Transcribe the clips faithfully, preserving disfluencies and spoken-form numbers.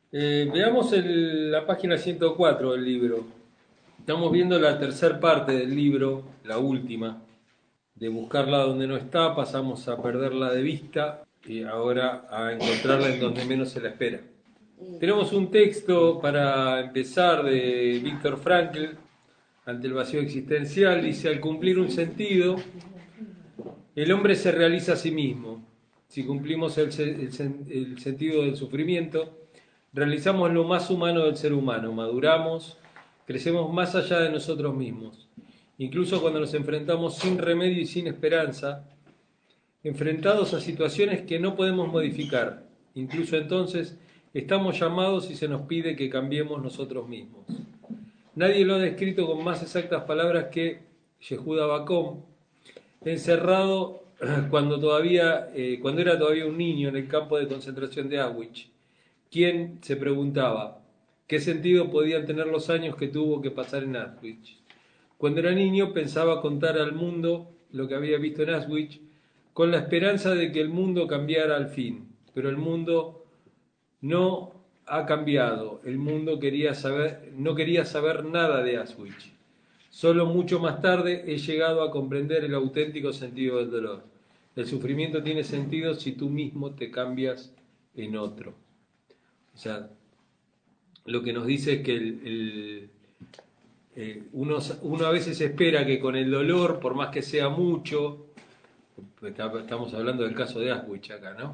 Eh, veamos el- la página ciento cuatro del libro. Estamos viendo la tercera parte del libro, la última. De buscarla donde no está, pasamos a perderla de vista y ahora a encontrarla en donde menos se la espera. Tenemos un texto para empezar de Víctor Frankl, ante el vacío existencial. Dice: al cumplir un sentido, el hombre se realiza a sí mismo. Si cumplimos el, el, el sentido del sufrimiento, realizamos lo más humano del ser humano, maduramos, crecemos más allá de nosotros mismos. Incluso cuando nos enfrentamos sin remedio y sin esperanza, enfrentados a situaciones que no podemos modificar, incluso entonces estamos llamados y se nos pide que cambiemos nosotros mismos. Nadie lo ha descrito con más exactas palabras que Yehuda Bacón, encerrado cuando, todavía, eh, cuando era todavía un niño en el campo de concentración de Auschwitz, quien se preguntaba qué sentido podían tener los años que tuvo que pasar en Auschwitz. Cuando era niño pensaba contar al mundo lo que había visto en Auschwitz con la esperanza de que el mundo cambiara al fin, pero el mundo no ha cambiado. El mundo quería saber, no quería saber nada de Auschwitz. Solo mucho más tarde he llegado a comprender el auténtico sentido del dolor. El sufrimiento tiene sentido si tú mismo te cambias en otro. O sea, lo que nos dice es que el, el, eh, uno, uno a veces espera que con el dolor, por más que sea mucho, estamos hablando del caso de Auschwitz acá, ¿no?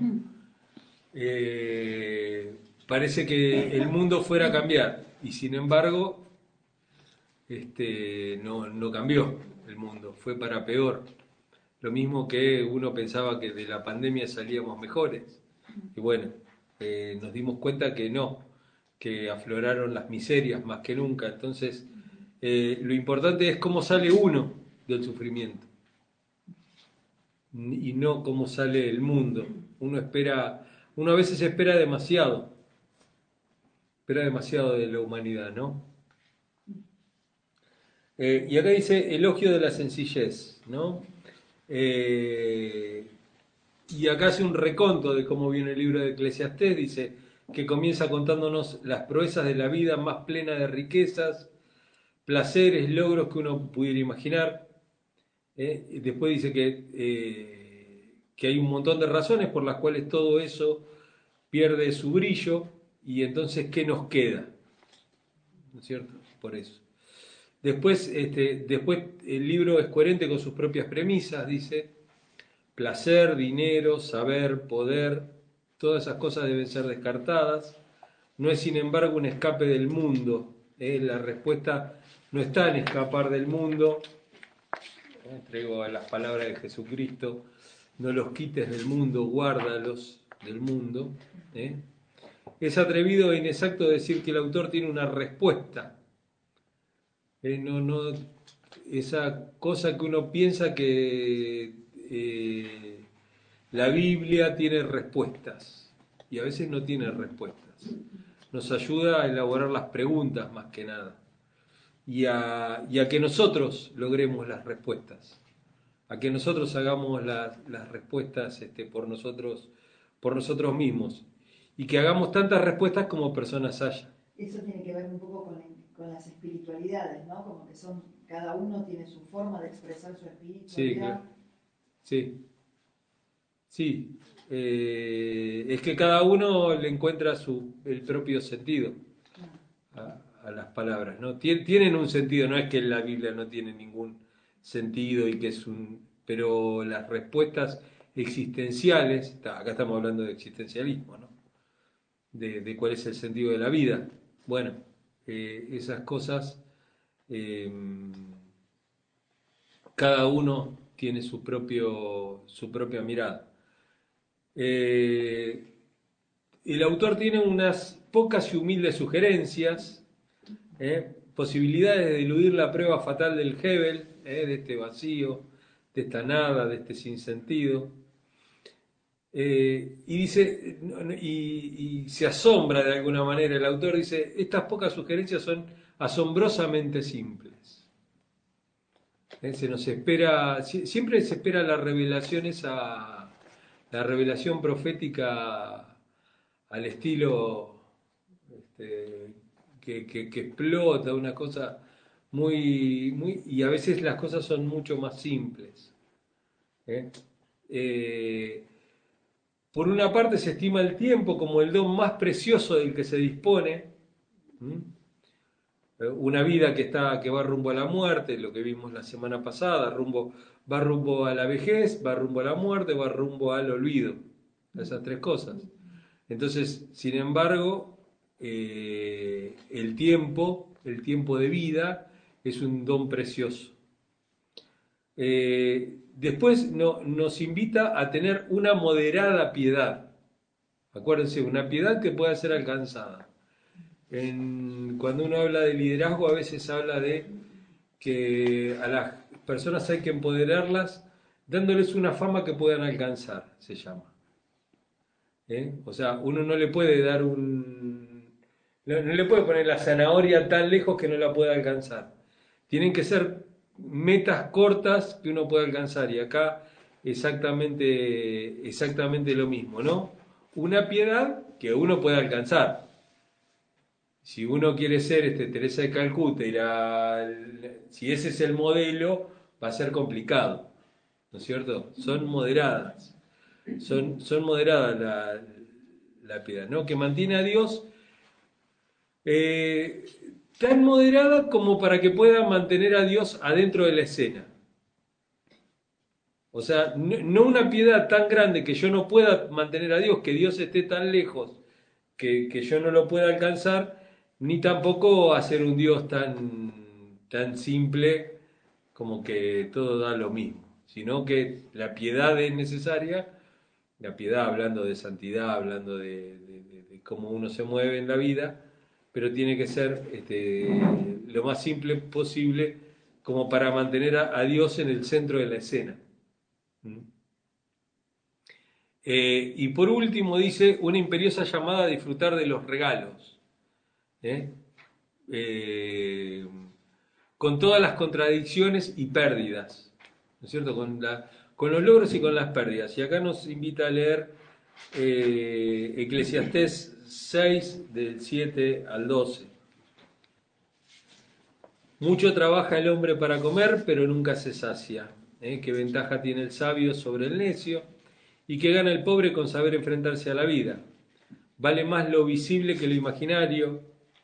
Eh, parece que el mundo fuera a cambiar y sin embargo este, no, no cambió el mundo, fue para peor. Lo mismo que uno pensaba que de la pandemia salíamos mejores. Y bueno, eh, nos dimos cuenta que no, que afloraron las miserias más que nunca. Entonces, eh, lo importante es cómo sale uno del sufrimiento y no cómo sale el mundo. Uno espera, uno a veces espera demasiado, espera demasiado de la humanidad, ¿no? Eh, y acá dice elogio de la sencillez, ¿no? Eh, y acá hace un reconto de cómo viene el libro de Eclesiastés, dice que comienza contándonos las proezas de la vida más plena de riquezas, placeres, logros que uno pudiera imaginar. ¿eh? Y después dice que, eh, que hay un montón de razones por las cuales todo eso pierde su brillo y entonces ¿qué nos queda? ¿No es cierto? Por eso. Después, este, después el libro es coherente con sus propias premisas, dice, placer, dinero, saber, poder, todas esas cosas deben ser descartadas. No es sin embargo un escape del mundo. ¿eh? La respuesta no está en escapar del mundo. ¿eh? Traigo las palabras de Jesucristo. No los quites del mundo, guárdalos del mundo. ¿eh? Es atrevido e inexacto decir que el autor tiene una respuesta. ¿eh? No, no, esa cosa que uno piensa que eh, la Biblia tiene respuestas y a veces no tiene respuestas. Nos ayuda a elaborar las preguntas más que nada y a, y a que nosotros logremos las respuestas, a que nosotros hagamos las, las respuestas este, por nosotros, por nosotros mismos y que hagamos tantas respuestas como personas haya. Eso tiene que ver un poco con, la, con las espiritualidades, ¿no? Como que son, cada uno tiene su forma de expresar su Sí, espiritualidad. claro. Sí. Sí, eh, es que cada uno le encuentra su, el propio sentido a, a las palabras, ¿no? Tien- Tienen un sentido, no es que la Biblia no tiene ningún sentido y que es un... Pero las respuestas existenciales, está- acá estamos hablando de existencialismo, ¿no? De, de cuál es el sentido de la vida. Bueno, eh, esas cosas, eh, cada uno tiene su propio, su propia mirada. Eh, El autor tiene unas pocas y humildes sugerencias, ¿eh? posibilidades de eludir la prueba fatal del Hebel, ¿eh? de este vacío, de esta nada, de este sinsentido. Eh, y dice, y, y se asombra de alguna manera, el autor dice, estas pocas sugerencias son asombrosamente simples. ¿eh? Se nos espera, siempre se espera la revelación esa, la revelación profética al estilo este, que, que, que explota, una cosa muy, muy... Y a veces las cosas son mucho más simples. ¿eh? Eh, por una parte se estima el tiempo como el don más precioso del que se dispone. ¿Mm? Una vida que está, que va rumbo a la muerte, lo que vimos la semana pasada, rumbo, va rumbo a la vejez, va rumbo a la muerte, va rumbo al olvido. Esas tres cosas. Entonces, sin embargo, eh, el tiempo, el tiempo de vida, es un don precioso. Eh, después no, nos invita a tener una moderada piedad. Acuérdense, una piedad que pueda ser alcanzada. En, cuando uno habla de liderazgo, a veces habla de que a las personas hay que empoderarlas dándoles una fama que puedan alcanzar, se llama. ¿Eh? O sea, uno no le puede dar un... No, no le puede poner la zanahoria tan lejos que no la pueda alcanzar. Tienen que ser metas cortas que uno pueda alcanzar. Y acá exactamente, exactamente lo mismo, ¿no? Una piedad que uno pueda alcanzar. Si uno quiere ser este, Teresa de Calcuta y la, si ese es el modelo, va a ser complicado, ¿no es cierto? Son moderadas, son, son moderadas la, la piedad, ¿no? Que mantiene a Dios eh, tan moderada como para que pueda mantener a Dios adentro de la escena. O sea, no, no una piedad tan grande que yo no pueda mantener a Dios, que Dios esté tan lejos que, que yo no lo pueda alcanzar, ni tampoco hacer un Dios tan, tan simple como que todo da lo mismo, sino que la piedad es necesaria, la piedad hablando de santidad, hablando de, de, de, de cómo uno se mueve en la vida, pero tiene que ser este, lo más simple posible como para mantener a, a Dios en el centro de la escena. ¿Mm? Eh, y por último dice una imperiosa llamada a disfrutar de los regalos. ¿eh? Eh, con todas las contradicciones y pérdidas, ¿no es cierto? Con, la, con los logros y con las pérdidas. Y acá nos invita a leer eh, Eclesiastés seis, del siete al doce. Mucho trabaja el hombre para comer, pero nunca se sacia. ¿eh? ¿Qué ventaja tiene el sabio sobre el necio? ¿Y qué gana el pobre con saber enfrentarse a la vida? Vale más lo visible que lo imaginario.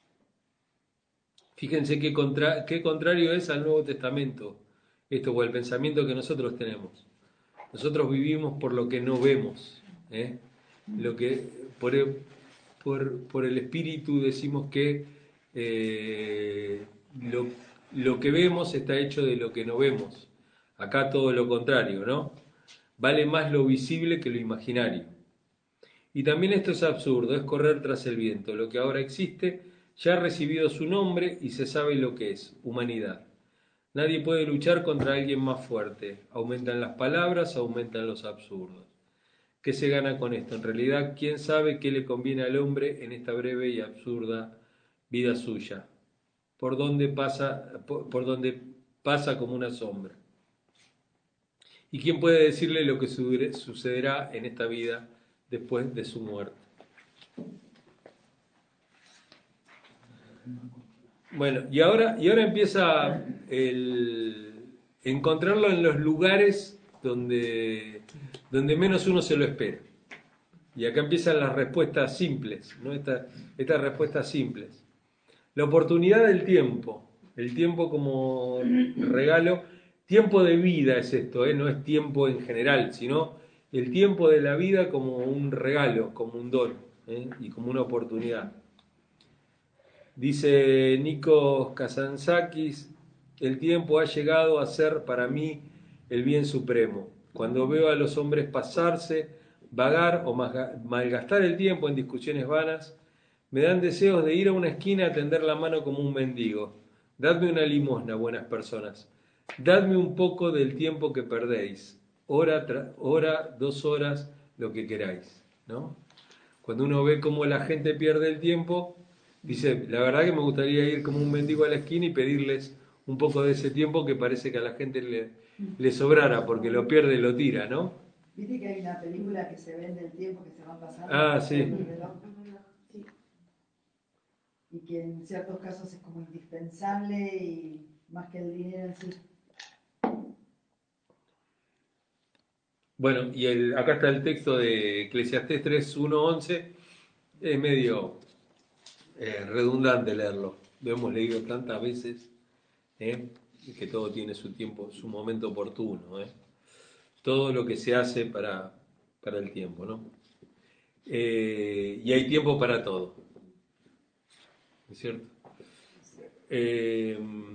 Fíjense qué, contra, qué contrario es al Nuevo Testamento, esto o el pensamiento que nosotros tenemos. Nosotros vivimos por lo que no vemos. ¿eh? Lo que, por, el, por, por el Espíritu decimos que eh, lo, lo que vemos está hecho de lo que no vemos. Acá todo lo contrario, ¿no? Vale más lo visible que lo imaginario. Y también esto es absurdo, es correr tras el viento. Lo que ahora existe ya ha recibido su nombre y se sabe lo que es, humanidad. Nadie puede luchar contra alguien más fuerte. Aumentan las palabras, aumentan los absurdos. ¿Qué se gana con esto? En realidad, ¿quién sabe qué le conviene al hombre en esta breve y absurda vida suya? Por donde pasa, por, por donde pasa como una sombra. ¿Y quién puede decirle lo que sucederá en esta vida después de su muerte? Bueno, y ahora, y ahora empieza el encontrarlo en los lugares donde, donde menos uno se lo espera. Y acá empiezan las respuestas simples, ¿no? Esta, estas respuestas simples. La oportunidad del tiempo, el tiempo como regalo, tiempo de vida es esto, ¿eh? No es tiempo en general, sino el tiempo de la vida como un regalo, como un don, ¿eh? Y como una oportunidad. Dice Nikos Kazantzakis, el tiempo ha llegado a ser para mí el bien supremo. Cuando veo a los hombres pasarse, vagar o malgastar el tiempo en discusiones vanas, me dan deseos de ir a una esquina a tender la mano como un mendigo. Dadme una limosna, buenas personas. Dadme un poco del tiempo que perdéis. Hora, hora, dos horas, lo que queráis, ¿no? Cuando uno ve cómo la gente pierde el tiempo, dice, la verdad que me gustaría ir como un mendigo a la esquina y pedirles un poco de ese tiempo que parece que a la gente le, le sobrara, porque lo pierde y lo tira, ¿no? Viste que hay una película que se vende el tiempo que se va pasando. Ah, sí. y que en ciertos casos es como indispensable y más que el dinero en sí. Bueno, y el, acá está el texto de Eclesiastés tres, uno, once. Es medio eh, redundante leerlo. Lo hemos leído tantas veces, ¿eh? Que todo tiene su tiempo, su momento oportuno. ¿eh? Todo lo que se hace para, para el tiempo, ¿no? Eh, y hay tiempo para todo, ¿es cierto? Eh,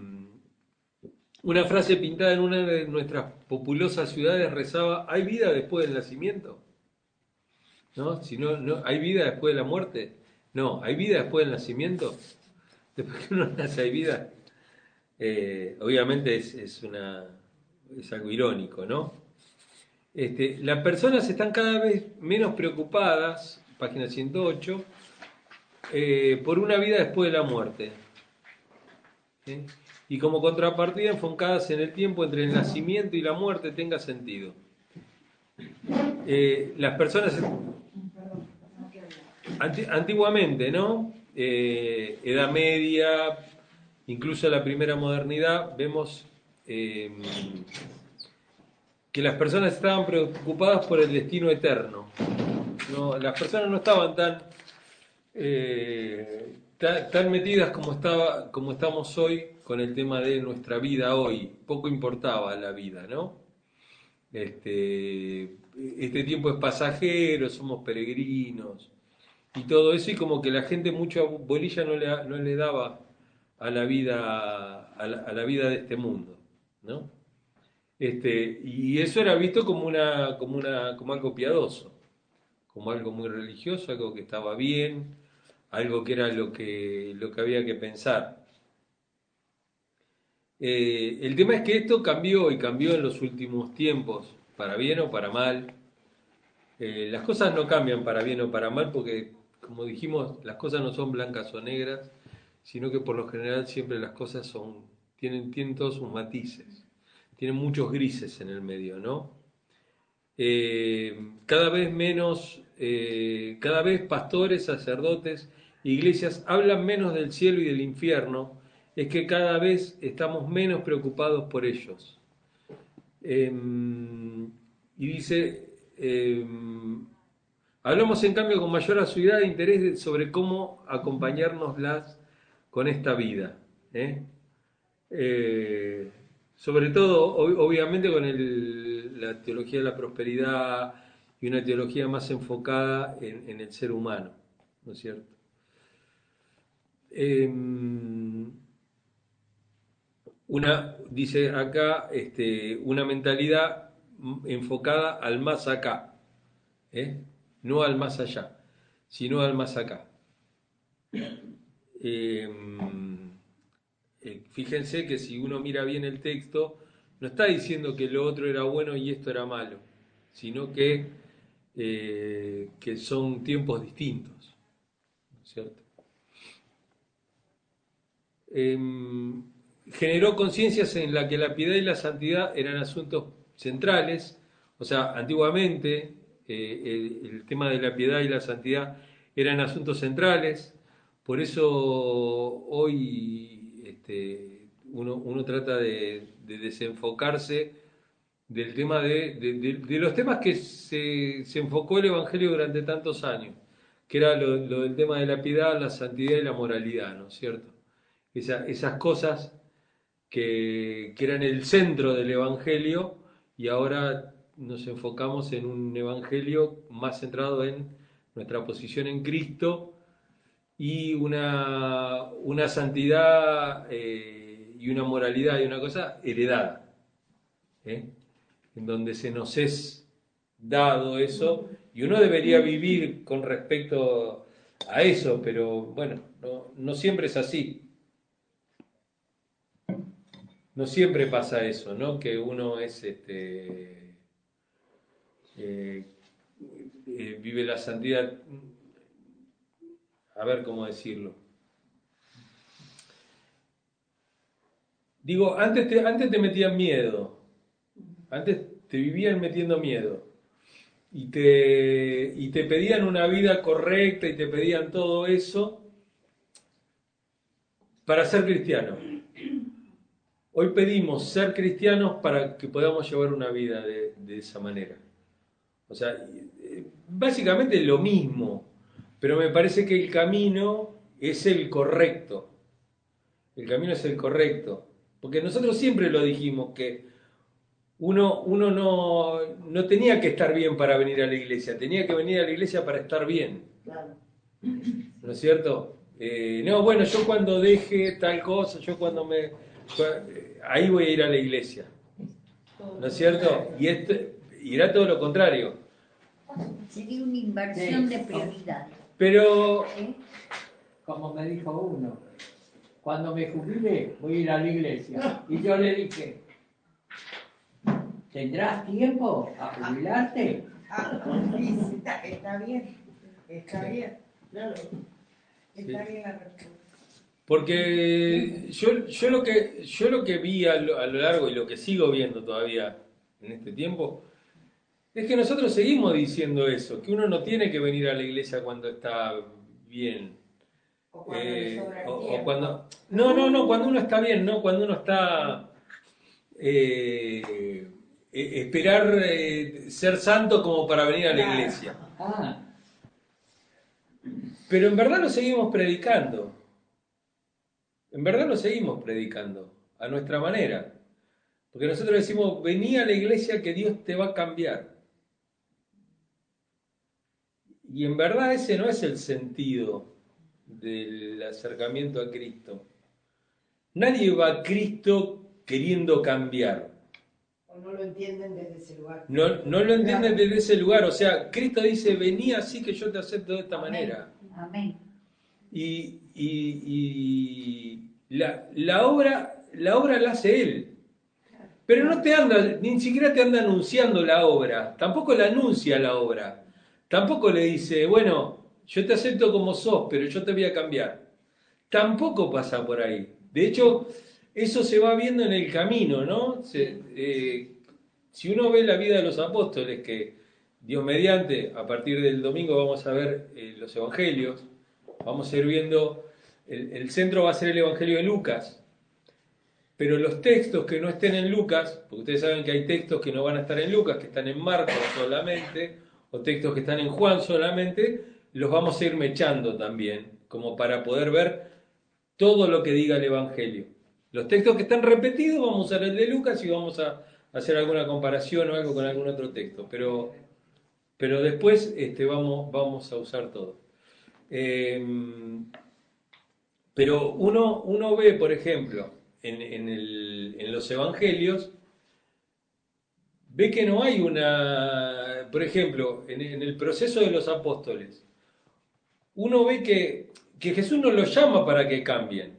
una frase pintada en una de nuestras populosas ciudades rezaba: ¿hay vida después del nacimiento? ¿No? Si no, no, ¿hay vida después de la muerte? No, ¿hay vida después del nacimiento? Después que uno nace hay vida. Eh, obviamente es, es, una, es algo irónico, ¿no? Este, las personas están cada vez menos preocupadas, página ciento ocho, eh, por una vida después de la muerte. ¿sí? Y como contrapartida enfocadas en el tiempo entre el nacimiento y la muerte tenga sentido. Eh, las personas anti, antiguamente, ¿no? Eh, Edad Media, incluso la primera modernidad, vemos eh, que las personas estaban preocupadas por el destino eterno. ¿no? Las personas no estaban tan, eh, tan, tan metidas como, estaba, como estamos hoy con el tema de nuestra vida hoy. Poco importaba la vida, ¿no? Este, este tiempo es pasajero, somos peregrinos y todo eso, y como que la gente mucha bolilla no le, no le daba a la vida a la, a la vida de este mundo, ¿no? Este, y eso era visto como una, como una, como algo piadoso, como algo muy religioso, algo que estaba bien, algo que era lo que, lo que había que pensar. Eh, el tema es que esto cambió y cambió en los últimos tiempos, para bien o para mal. Eh, las cosas no cambian para bien o para mal porque, como dijimos, las cosas no son blancas o negras, sino que por lo general siempre las cosas son, tienen, tienen todos sus matices, tienen muchos grises en el medio, ¿no? Eh, cada vez menos, eh, cada vez pastores, sacerdotes, iglesias hablan menos del cielo y del infierno, es que cada vez estamos menos preocupados por ellos. Eh, y dice, eh, hablamos en cambio con mayor asiduidad e interés sobre cómo acompañárnoslas con esta vida. ¿eh? Eh, sobre todo, ob- obviamente, con el- la teología de la prosperidad y una teología más enfocada en, en el ser humano, ¿no es cierto? Eh, una, dice acá, este, una mentalidad enfocada al más acá, ¿eh? no al más allá, sino al más acá. Eh, eh, fíjense que si uno mira bien el texto, no está diciendo que lo otro era bueno y esto era malo, sino que, eh, que son tiempos distintos, ¿no es cierto? Eh, generó conciencias en la que la piedad y la santidad eran asuntos centrales, o sea, antiguamente eh, el, el tema de la piedad y la santidad eran asuntos centrales, por eso hoy este, uno, uno trata de, de desenfocarse del tema de, de, de, de los temas que se, se enfocó el Evangelio durante tantos años, que era lo, lo del tema de la piedad, la santidad y la moralidad, ¿no es cierto? Esa, esas cosas que, que eran el centro del Evangelio y ahora nos enfocamos en un Evangelio más centrado en nuestra posición en Cristo y una, una santidad eh, y una moralidad y una cosa heredada, ¿eh? en donde se nos es dado eso y uno debería vivir con respecto a eso, pero bueno, no, no siempre es así. No siempre pasa eso, ¿no? Que uno es, este, eh, eh, vive la santidad, a ver cómo decirlo. Digo, antes te, antes te metían miedo, antes te vivían metiendo miedo y te, y te pedían una vida correcta y te pedían todo eso para ser cristianos. Hoy pedimos ser cristianos para que podamos llevar una vida de, de esa manera. O sea, básicamente lo mismo, pero me parece que el camino es el correcto. El camino es el correcto. Porque nosotros siempre lo dijimos, que uno, uno no, no tenía que estar bien para venir a la iglesia, tenía que venir a la iglesia para estar bien. Claro. ¿No es cierto? Eh, no, bueno, yo cuando deje tal cosa, yo cuando me... ahí voy a ir a la iglesia. ¿No es cierto? Y esto, y era todo lo contrario. Sería una inversión de prioridades. Pero... ¿Eh? Como me dijo uno, cuando me jubile voy a ir a la iglesia. Y yo le dije, ¿tendrás tiempo a jubilarte? Está, está bien, está bien, claro. Está Sí. bien la respuesta. Porque yo, yo, lo que, yo lo que vi a lo, a lo largo y lo que sigo viendo todavía en este tiempo es que nosotros seguimos diciendo eso, que uno no tiene que venir a la iglesia cuando está bien. O cuando le Eh, sobra el o, o tiempo. cuando, no, no, no, cuando uno está bien, no, cuando uno está... Eh, eh, esperar eh, ser santo como para venir a la iglesia. Ah, Pero en verdad lo seguimos predicando. En verdad lo seguimos predicando, a nuestra manera. Porque nosotros decimos, vení a la iglesia que Dios te va a cambiar. Y en verdad ese no es el sentido del acercamiento a Cristo. Nadie va a Cristo queriendo cambiar. O no lo entienden desde ese lugar. No, no lo entienden desde ese lugar. O sea, Cristo dice, vení así que yo te acepto de esta Amén. manera. Amén. Y, y- y la, la obra la obra la hace Él. Pero no te anda, ni siquiera te anda anunciando la obra. Tampoco la anuncia la obra. Tampoco le dice, bueno, yo te acepto como sos, pero yo te voy a cambiar. Tampoco pasa por ahí. De hecho, eso se va viendo en el camino, ¿no? Se- eh, si uno ve la vida de los apóstoles, que Dios mediante, a partir del domingo vamos a ver eh, los evangelios, vamos a ir viendo, el, el centro va a ser el evangelio de Lucas, pero los textos que no estén en Lucas, porque ustedes saben que hay textos que no van a estar en Lucas, que están en Marcos solamente, o textos que están en Juan solamente, los vamos a ir mechando también, como para poder ver todo lo que diga el evangelio. Los textos que están repetidos vamos a usar el de Lucas y vamos a hacer alguna comparación o algo con algún otro texto, pero, pero después este, vamos, vamos a usar todo. Eh, pero uno, uno ve, por ejemplo, en, en, el, en los evangelios, ve que no hay una, por ejemplo, en, en el proceso de los apóstoles, uno ve que, que Jesús no los llama para que cambien.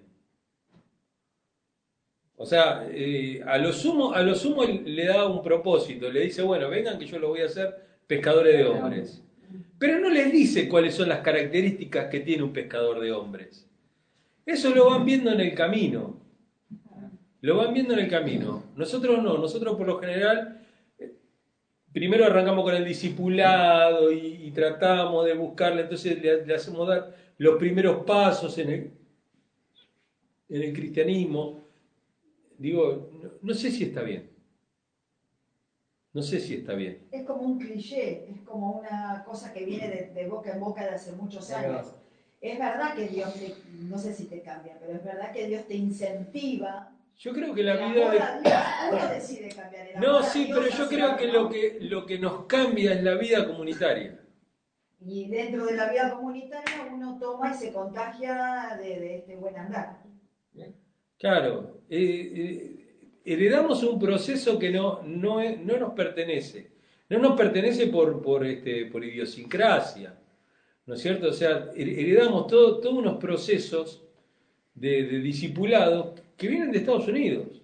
O sea, eh, a lo sumo, a lo sumo le da un propósito, le dice, bueno, vengan que yo los voy a hacer pescadores de hombres. Pero no les dice cuáles son las características que tiene un pescador de hombres. Eso lo van viendo en el camino. Lo van viendo en el camino. Nosotros no, nosotros por lo general, eh, primero arrancamos con el discipulado y, y tratamos de buscarle, entonces le, le hacemos dar los primeros pasos en el, en el cristianismo. Digo, no, no sé si está bien. No sé si está bien. Es como un cliché, es como una cosa que viene de, de boca en boca de hace muchos años. Es verdad que Dios, te, no sé si te cambia, pero es verdad que Dios te incentiva. Yo creo que la El vida amor de... a Dios, uno decide cambiar. El No, amor a sí, Dios pero yo hace creo que algo. lo que, lo que nos cambia es la vida comunitaria. Y dentro de la vida comunitaria uno toma y se contagia de, de este buen andar. Claro, eh, eh, heredamos un proceso que no, no, es- no nos pertenece. No nos pertenece por, por, este, por idiosincrasia, ¿no es cierto? O sea, her- heredamos todo, todos unos procesos de, de discipulado que vienen de Estados Unidos,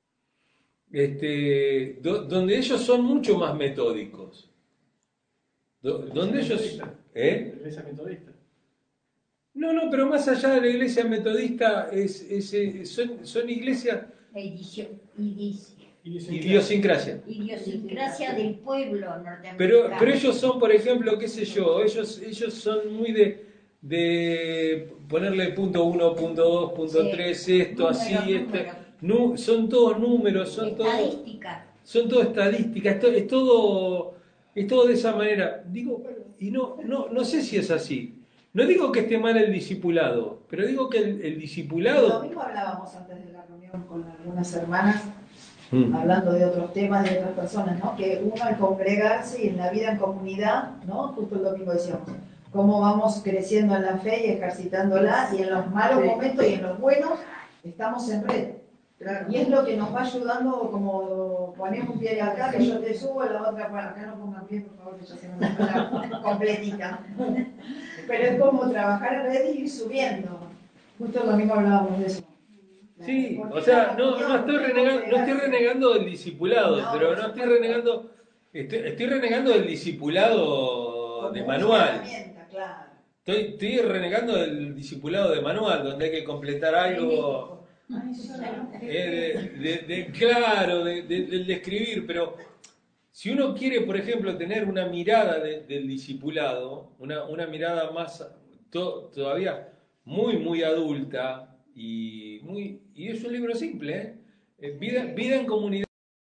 este, do- donde ellos son mucho más metódicos. Do- donde ellos... ¿eh? La iglesia metodista. No, no, pero más allá de la iglesia metodista, es, es, eh, son, son iglesias La idiosio- idis- idiosincrasia. idiosincrasia del pueblo norteamericano. Pero, pero ellos son, por ejemplo, qué sé yo, ellos, ellos son muy de, de ponerle punto uno, punto dos, punto Sí. tres, esto, Números, así, este, números. nu- son todos números, son todos, Estadística. son todo estadísticas, esto- es todo, es todo de esa manera. Digo, y no, no, no sé si es así. No digo que esté mal el discipulado, pero digo que el, el El discipulado. domingo hablábamos antes de la reunión con algunas hermanas, Mm. hablando de otros temas, de otras personas, ¿no? Que uno al congregarse y en la vida en comunidad, ¿no? Justo el domingo decíamos, cómo vamos creciendo en la fe y ejercitándola, y en los malos momentos y en los buenos estamos en red. Y es lo que nos va ayudando, como poner un pie acá, que yo te subo, la otra para acá, no pongan pie, por favor, que ya se me va la completita. Pero es como trabajar en red y ir subiendo. Justo el domingo hablábamos de eso. Sí, Porque o sea, la no, comunión no estoy es renegando, no estoy congregarse. renegando del discipulado, No, pero por no estoy supuesto. renegando, estoy, estoy renegando del discipulado Como de una manual. herramienta, claro. Estoy, estoy renegando del discipulado de manual, donde hay que completar algo, eh, de, de- de- claro, de, de- del de escribir, pero si uno quiere, por ejemplo, tener una mirada de- del discipulado, una, una mirada más to- todavía muy, muy adulta, y, muy, y es un libro simple, ¿eh? Eh, vida, vida en comunidad.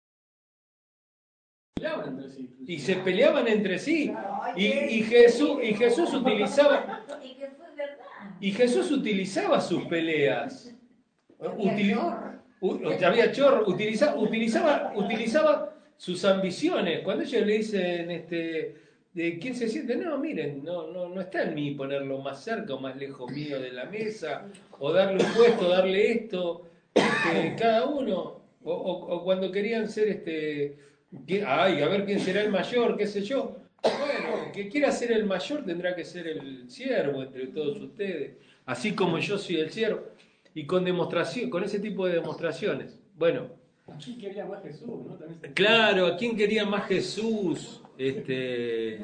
Y se peleaban entre sí. Y, y Jesús, y Jesús utilizaba, Y que fue verdad. y Jesús utilizaba sus peleas. Había Utili- chorro. u- había chorro, utiliza- utilizaba, utilizaba sus ambiciones. Cuando ellos le dicen, este, de quién se siente, no, miren, no, no, no está en mí ponerlo más cerca o más lejos mío de la mesa, o darle un puesto, darle esto, este, cada uno, o, o- o cuando querían ser, este, que- ay, a ver quién será el mayor, qué sé yo. Bueno, el que quiera ser el mayor tendrá que ser el siervo entre todos ustedes, así como yo soy el siervo. Y con demostración, con ese tipo de demostraciones. Bueno, ¿A quién quería más Jesús? ¿No? También se- claro, ¿a quién quería más Jesús? Este,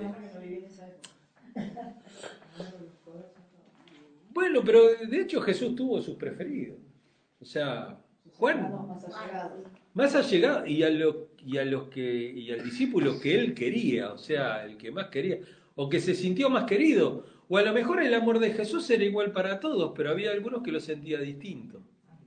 bueno, pero de hecho Jesús tuvo sus preferidos. O sea, Juan, Más allegados. más allegado y a lo, y a los que y al discípulo que él quería, o sea, el que más quería, o que se sintió más querido, o a lo mejor el amor de Jesús era igual para todos, pero había algunos que lo sentía distinto.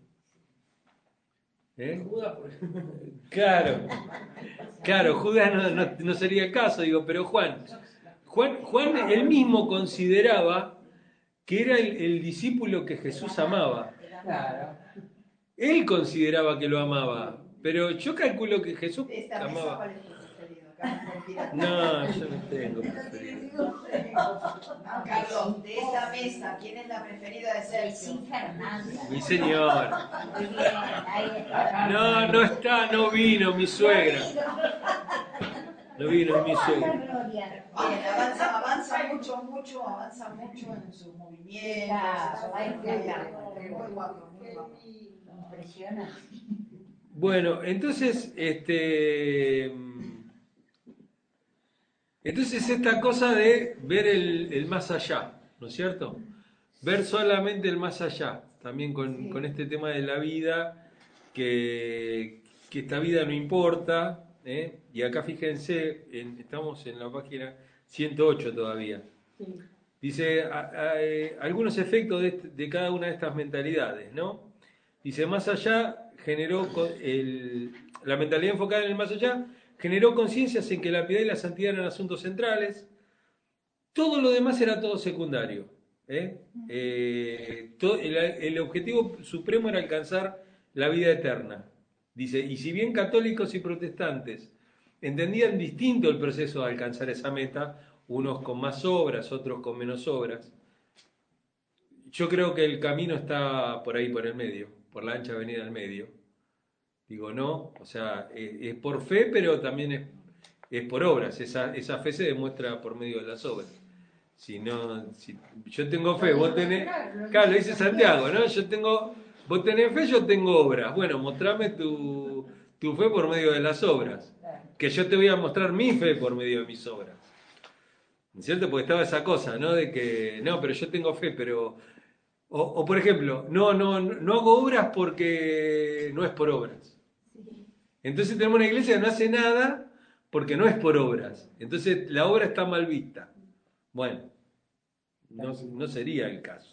¿Eh? Judas, por ejemplo. Claro, claro, Judas no, no- no sería el caso, digo, pero Juan, Juan, Juan él mismo consideraba que era el, el discípulo que Jesús amaba. Claro. Él consideraba que lo amaba, pero yo calculo que Jesús De esta mesa, amaba. ¿cuál es tu preferido? Acá, mentira. No, yo no tengo preferido. No, Carlos, de esta mesa, ¿quién es la preferida de Sí, Sergio? Fernanda. Mi señor. Muy bien, ahí está. No, no está, no vino mi suegra. No vino mi ¿Cómo suegra. anda, Gloria? Bien, avanza, avanza mucho, mucho, avanza mucho en sus movimientos. Claro, va a Muy enfrentar. guapo, muy guapo. Impresionante. Bueno, entonces, este, entonces esta cosa de ver el, el más allá, ¿no es cierto? Ver solamente el más allá, también con, Sí. con este tema de la vida, que, que esta vida no importa, ¿eh? Y acá fíjense, en- estamos en la página ciento ocho todavía. Dice, a- a- eh, algunos efectos de, este- de cada una de estas mentalidades, ¿no? Dice, más allá generó co- el- la mentalidad enfocada en el más allá, generó conciencias en que la piedad y la santidad eran asuntos centrales. Todo lo demás era todo secundario. ¿eh? Eh, to- el, el objetivo supremo era alcanzar la vida eterna. Dice, y si bien católicos y protestantes entendían distinto el proceso de alcanzar esa meta, unos con más obras, otros con menos obras, yo creo que el camino está por ahí, por el medio, por la ancha avenida del medio. Digo, no, o sea, es, es por fe, pero también es, es por obras. Esa, esa fe se demuestra por medio de las obras. Si no, si yo tengo fe, vos tenés, claro, lo dice Santiago, ¿no? Yo tengo, vos tenés fe, yo tengo obras. Bueno, mostrame tu, tu fe por medio de las obras. Que yo te voy a mostrar mi fe por medio de mis obras. ¿No es cierto? Porque estaba esa cosa, ¿no? De que, no, pero yo tengo fe, pero... O, o por ejemplo, no, no, no hago obras porque no es por obras. Entonces tenemos una iglesia que no hace nada porque no es por obras. Entonces la obra está mal vista. Bueno, no, no sería el caso.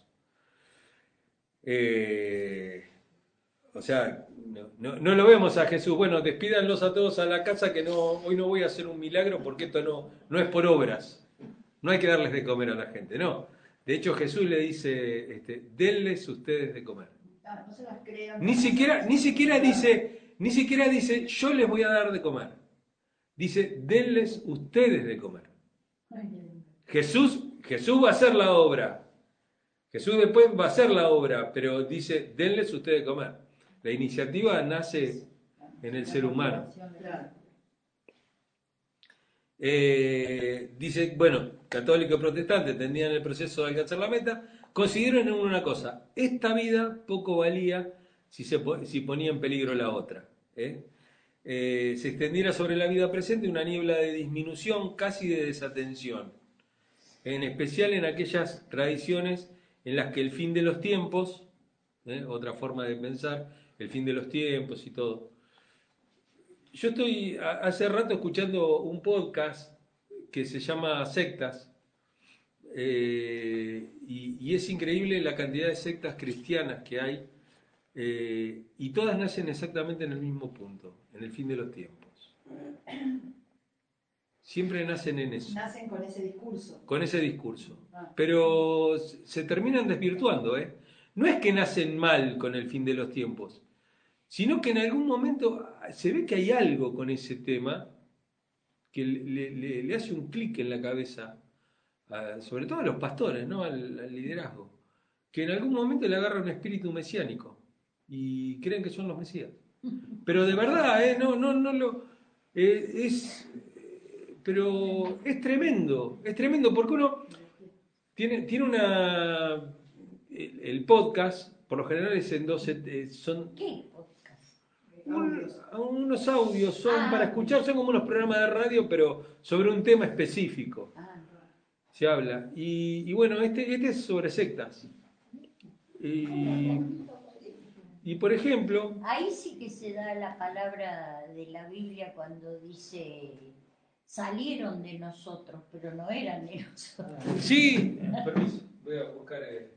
Eh, o sea, no, no, no lo vemos a Jesús, bueno, despídanlos a todos a la casa que no, hoy no voy a hacer un milagro porque esto no, no es por obras, no hay que darles de comer a la gente, no. De hecho Jesús le dice, este, denles ustedes de comer. Ah, no se las crean. Ni siquiera, ni siquiera dice, ni siquiera dice, yo les voy a dar de comer. Dice, denles ustedes de comer. Jesús, Jesús va a hacer la obra. Jesús después va a hacer la obra, pero dice, denles ustedes de comer. La iniciativa nace en el ser humano. Eh, dice, bueno, católico y protestante entendían el proceso de alcanzar la meta, consideraron una cosa, esta vida poco valía si, se, si ponía en peligro la otra. ¿eh? Eh, se extendiera sobre la vida presente una niebla de disminución, casi de desatención, en especial en aquellas tradiciones en las que el fin de los tiempos, ¿eh? otra forma de pensar, el fin de los tiempos y todo. Yo estoy hace rato escuchando un podcast que se llama Sectas, eh, y, y es increíble la cantidad de sectas cristianas que hay, eh, y todas nacen exactamente en el mismo punto, en el fin de los tiempos. Siempre nacen en eso. Nacen con ese discurso. Con ese discurso. Pero se terminan desvirtuando, ¿eh? No es que nacen mal con el fin de los tiempos, sino que en algún momento se ve que hay algo con ese tema que le, le, le hace un clic en la cabeza, a, sobre todo a los pastores, ¿no? al, al liderazgo, que en algún momento le agarra un espíritu mesiánico y creen que son los mesías. Pero de verdad, ¿eh? no, no, no lo, eh, es, pero es tremendo, es tremendo porque uno tiene, tiene una, el, el podcast, por lo general es en dos, eh, son... ¿Qué? Un, unos audios son Ah, para escuchar, son como unos programas de radio, pero sobre un tema específico Ah, se habla. Y, y bueno, este, este es sobre sectas. Y, y por ejemplo, ahí sí que se da la palabra de la Biblia cuando dice salieron de nosotros, pero no eran de nosotros. sí, permiso, voy a buscar. Eh,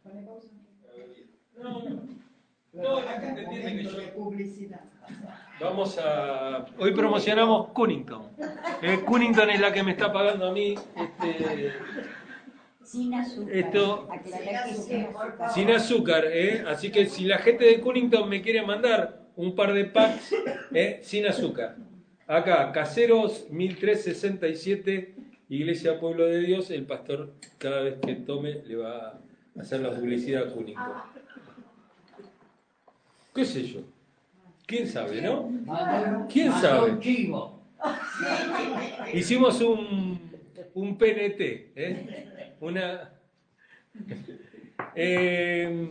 no, no. No, la gente entiende que yo... Publicidad. Vamos a... Hoy promocionamos Cunnington. Eh, Cunnington es la que me está pagando a mí. Este, Sin azúcar. Esto- Aclará que sin azúcar. sin azúcar, ¿eh? Así que si la gente de Cunnington me quiere mandar un par de packs, ¿eh? Sin azúcar. Acá, Caseros mil trescientos sesenta y siete, Iglesia Pueblo de Dios. El pastor, cada vez que tome, le va a hacer la publicidad a Cunnington. ¿Qué sé yo? ¿Quién sabe, no? Mandó- ¿Quién mandó sabe? un chivo. Hicimos un, un P N T, ¿eh? Una... Eh,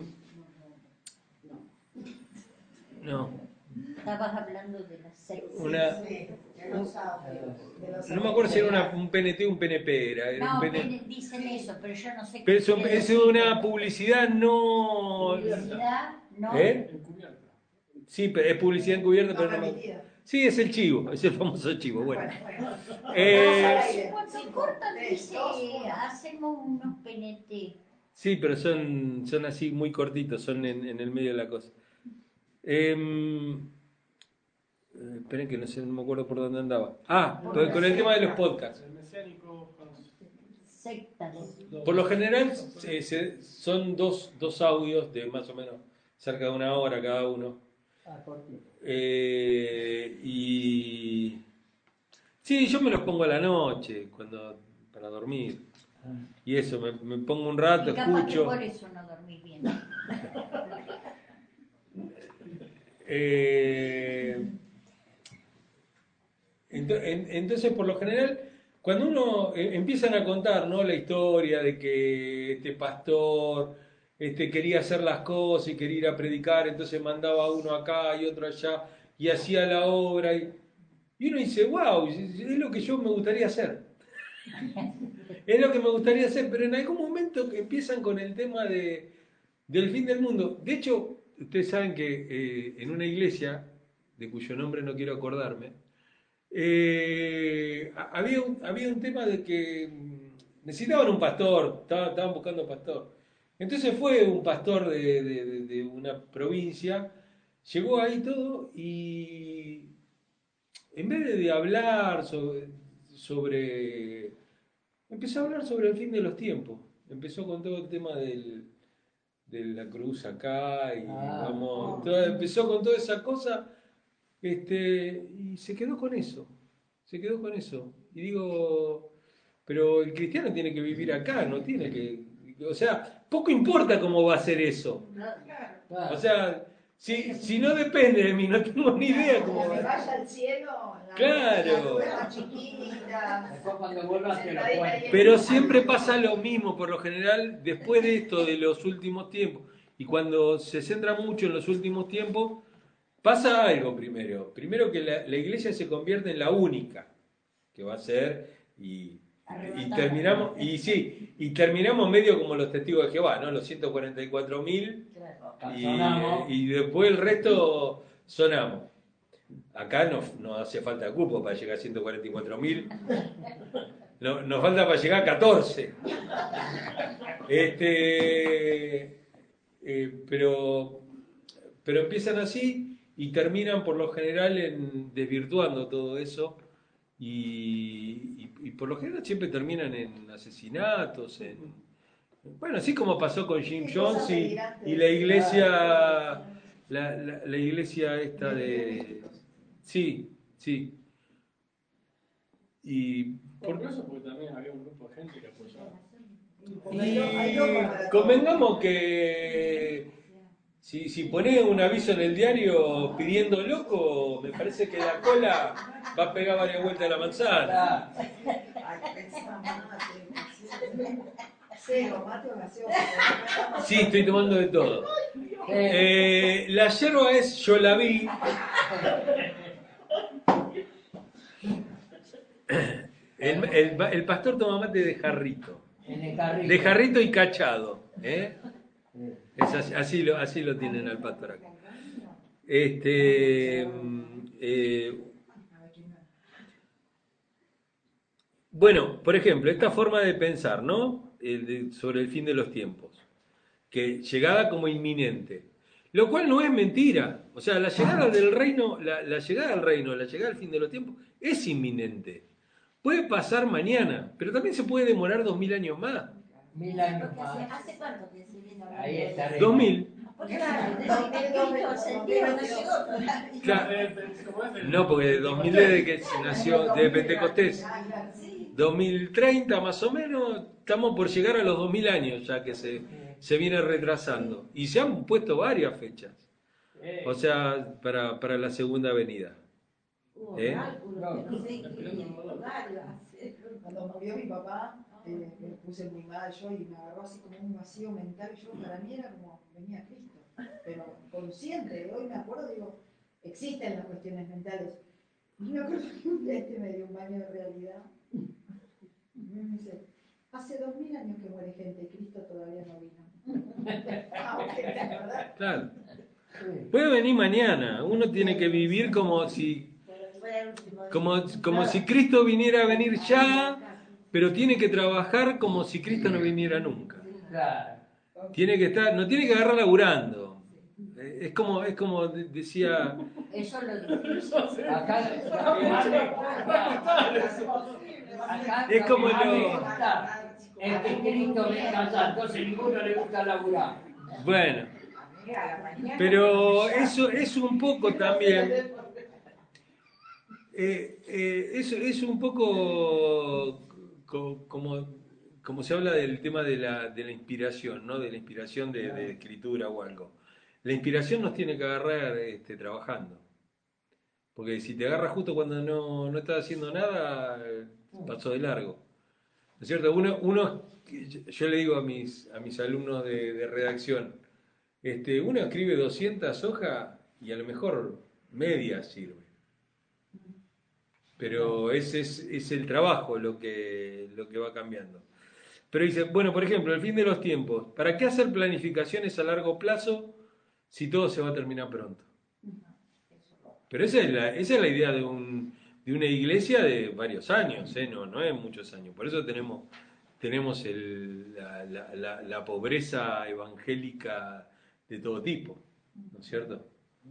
no, Estabas hablando de la secta. una... Sí, de los audios, de los No me acuerdo si era una, un P N T o un P N P, era, era un No, P N T. tienen- dicen eso, pero yo no sé Pero qué eso, quiere es decir. una publicidad no... Publicidad, no. ¿Eh? Encubierta. Sí, pero es publicidad encubierta, No pero no me... permitida. Sí, es el chivo, es el famoso chivo, bueno. Bueno, bueno. Eh, Sí, Cuando cortan Tres, dice, dos, uno. hacemos unos P N T. Sí, pero son, son así muy cortitos, son en, en el medio de la cosa. Eh, eh, esperen que no sé, no me acuerdo por dónde andaba. Ah, con, con el tema de los podcasts. El mesiánico con los Sectas. dos- Por lo general eh, se- son dos, dos audios de más o menos cerca de una hora cada uno. Ah, cortito. Eh, y sí, yo me los pongo a la noche cuando para dormir. Y eso, me, me pongo un rato, Y capaz que escucho. por eso no dormís bien. Eh, ento- en- entonces, por lo general, cuando uno eh, empiezan a contar, ¿no? La historia de que este pastor este, quería hacer las cosas y quería ir a predicar, entonces mandaba uno acá y otro allá y hacía la obra. Y, y uno dice, wow, es es lo que yo me gustaría hacer. Es lo que me gustaría hacer, pero en algún momento que empiezan con el tema de, del fin del mundo. De hecho, ustedes saben que eh, en una iglesia, de cuyo nombre no quiero acordarme, eh, había, un, había un tema de que, necesitaban un pastor, estaban, estaban buscando pastor. Entonces fue un pastor de, de- de- de una provincia, llegó ahí todo y en vez de, de hablar sobre, sobre, empezó a hablar sobre el fin de los tiempos. Empezó con todo el tema del, de la cruz acá y Ah, vamos, oh, todo- empezó con toda esa cosa, este, y se quedó con eso, se quedó con eso. Y digo, pero el cristiano tiene que vivir acá, no tiene que, o sea, poco importa cómo va a ser eso. Claro. claro. O sea, si, si no depende de mí, no tengo ni idea cómo Como va que a ser. vaya al cielo, la, Claro. la cueva chiquita. Después cuando vuelvas te lo Sentadita cuento. ahí en Pero el- siempre pasa lo mismo, por lo general, después de esto de los últimos tiempos, y cuando se centra mucho en los últimos tiempos, pasa algo primero. Primero que la, la iglesia se convierte en la única que va a ser, y, y terminamos, y sí, y terminamos medio como los testigos de Jehová, ¿no? Los ciento cuarenta y cuatro mil, y, Sonamos. y después el resto sonamos. Acá no, no hace falta cupo para llegar a ciento cuarenta y cuatro mil. No, nos falta para llegar a catorce. Este, eh, pero, pero empiezan así y terminan por lo general en desvirtuando todo eso y, y- y por lo general siempre terminan en asesinatos, en, bueno, así como pasó con Jim Jones y, y la iglesia, la, la- la iglesia esta de... Sí, sí. Y Por eso, porque también había un grupo de gente que apoyaba. Porque hay lo- hay locos para Y todo. convengamos que si, si ponés un aviso en el diario pidiendo loco, me parece que la cola va a pegar varias vueltas a la manzana. Claro. Ay, pensá, mate. Cero, mate o gaseosa. Sí, estoy tomando de todo. Eh, Eh, la yerba es yo la vi. El, el- el pastor toma mate de jarrito. en el carrito. De jarrito y cachado. ¿eh? Es así, así lo, así lo tienen al pastor acá. Este, mm, eh, bueno, por ejemplo, esta forma de pensar, ¿no? El de- sobre el fin de los tiempos, que llegada como inminente, lo cual no es mentira. O sea, la llegada del reino, la, la llegada al reino, la llegada al fin de los tiempos es inminente. Puede pasar mañana, pero también se puede demorar dos mil años más. Mil años Porque hace, más. ¿hace cuánto que se viene hablando Ahí de está. eso? Dos mil. Claro, desde que Cristo ascendió no llegó todavía. Claro. Eh, ¿cómo es el- No, porque dos mil desde que nació, de Pentecostés. Sí. dos mil treinta más o menos, estamos por llegar a los dos mil años ya que se, se viene retrasando. Y se han puesto varias fechas, Eh, o sea, para, para la segunda venida. Hubo ¿Eh? cálculos que no sé qué, varios. Cuando murió mi papá, eh, me puse muy mal yo y me agarró así como un vacío mental. Yo para mí era como venía Cristo, pero consciente. Hoy me acuerdo, digo, existen las cuestiones mentales. Y me acuerdo que un día este me dio un baño de realidad. Y me dice, hace dos mil años que muere gente y Cristo todavía no vino. Ah, ok, ¿verdad? Claro. sí. Puede venir mañana, uno tiene que vivir como si, Pero fue el último día. como, como si Cristo viniera a venir ya, pero tiene que trabajar como si Cristo no viniera nunca. Claro. Tiene que estar, no tiene que agarrar laburando. Eh, Es como, es como de- decía, Eso lo difícil. Acá, acá Es como lo que más lo- me gusta es que Cristo venga ya, entonces ninguno le gusta laburar. bueno, pero eso es un poco también, eh, eh, es, es un poco co- como, como se habla del tema de la, de la inspiración, ¿no? De la inspiración de, de escritura o algo. La inspiración nos tiene que agarrar este, trabajando. Porque si te agarra justo cuando no, no estás haciendo nada, eh, pasó de largo. ¿No es cierto? Uno, uno yo le digo a mis, a mis alumnos de, de redacción, este, uno escribe doscientas hojas y a lo mejor media sirve. Pero ese es, es el trabajo lo que, lo que va cambiando. Pero dice, bueno, por ejemplo, el fin de los tiempos. ¿Para qué hacer planificaciones a largo plazo si todo se va a terminar pronto? Pero esa es la, esa es la idea de, un, de una iglesia de varios años, ¿eh? no, no es muchos años. Por eso tenemos tenemos el, la, la, la, la pobreza evangélica de todo tipo, ¿no es cierto?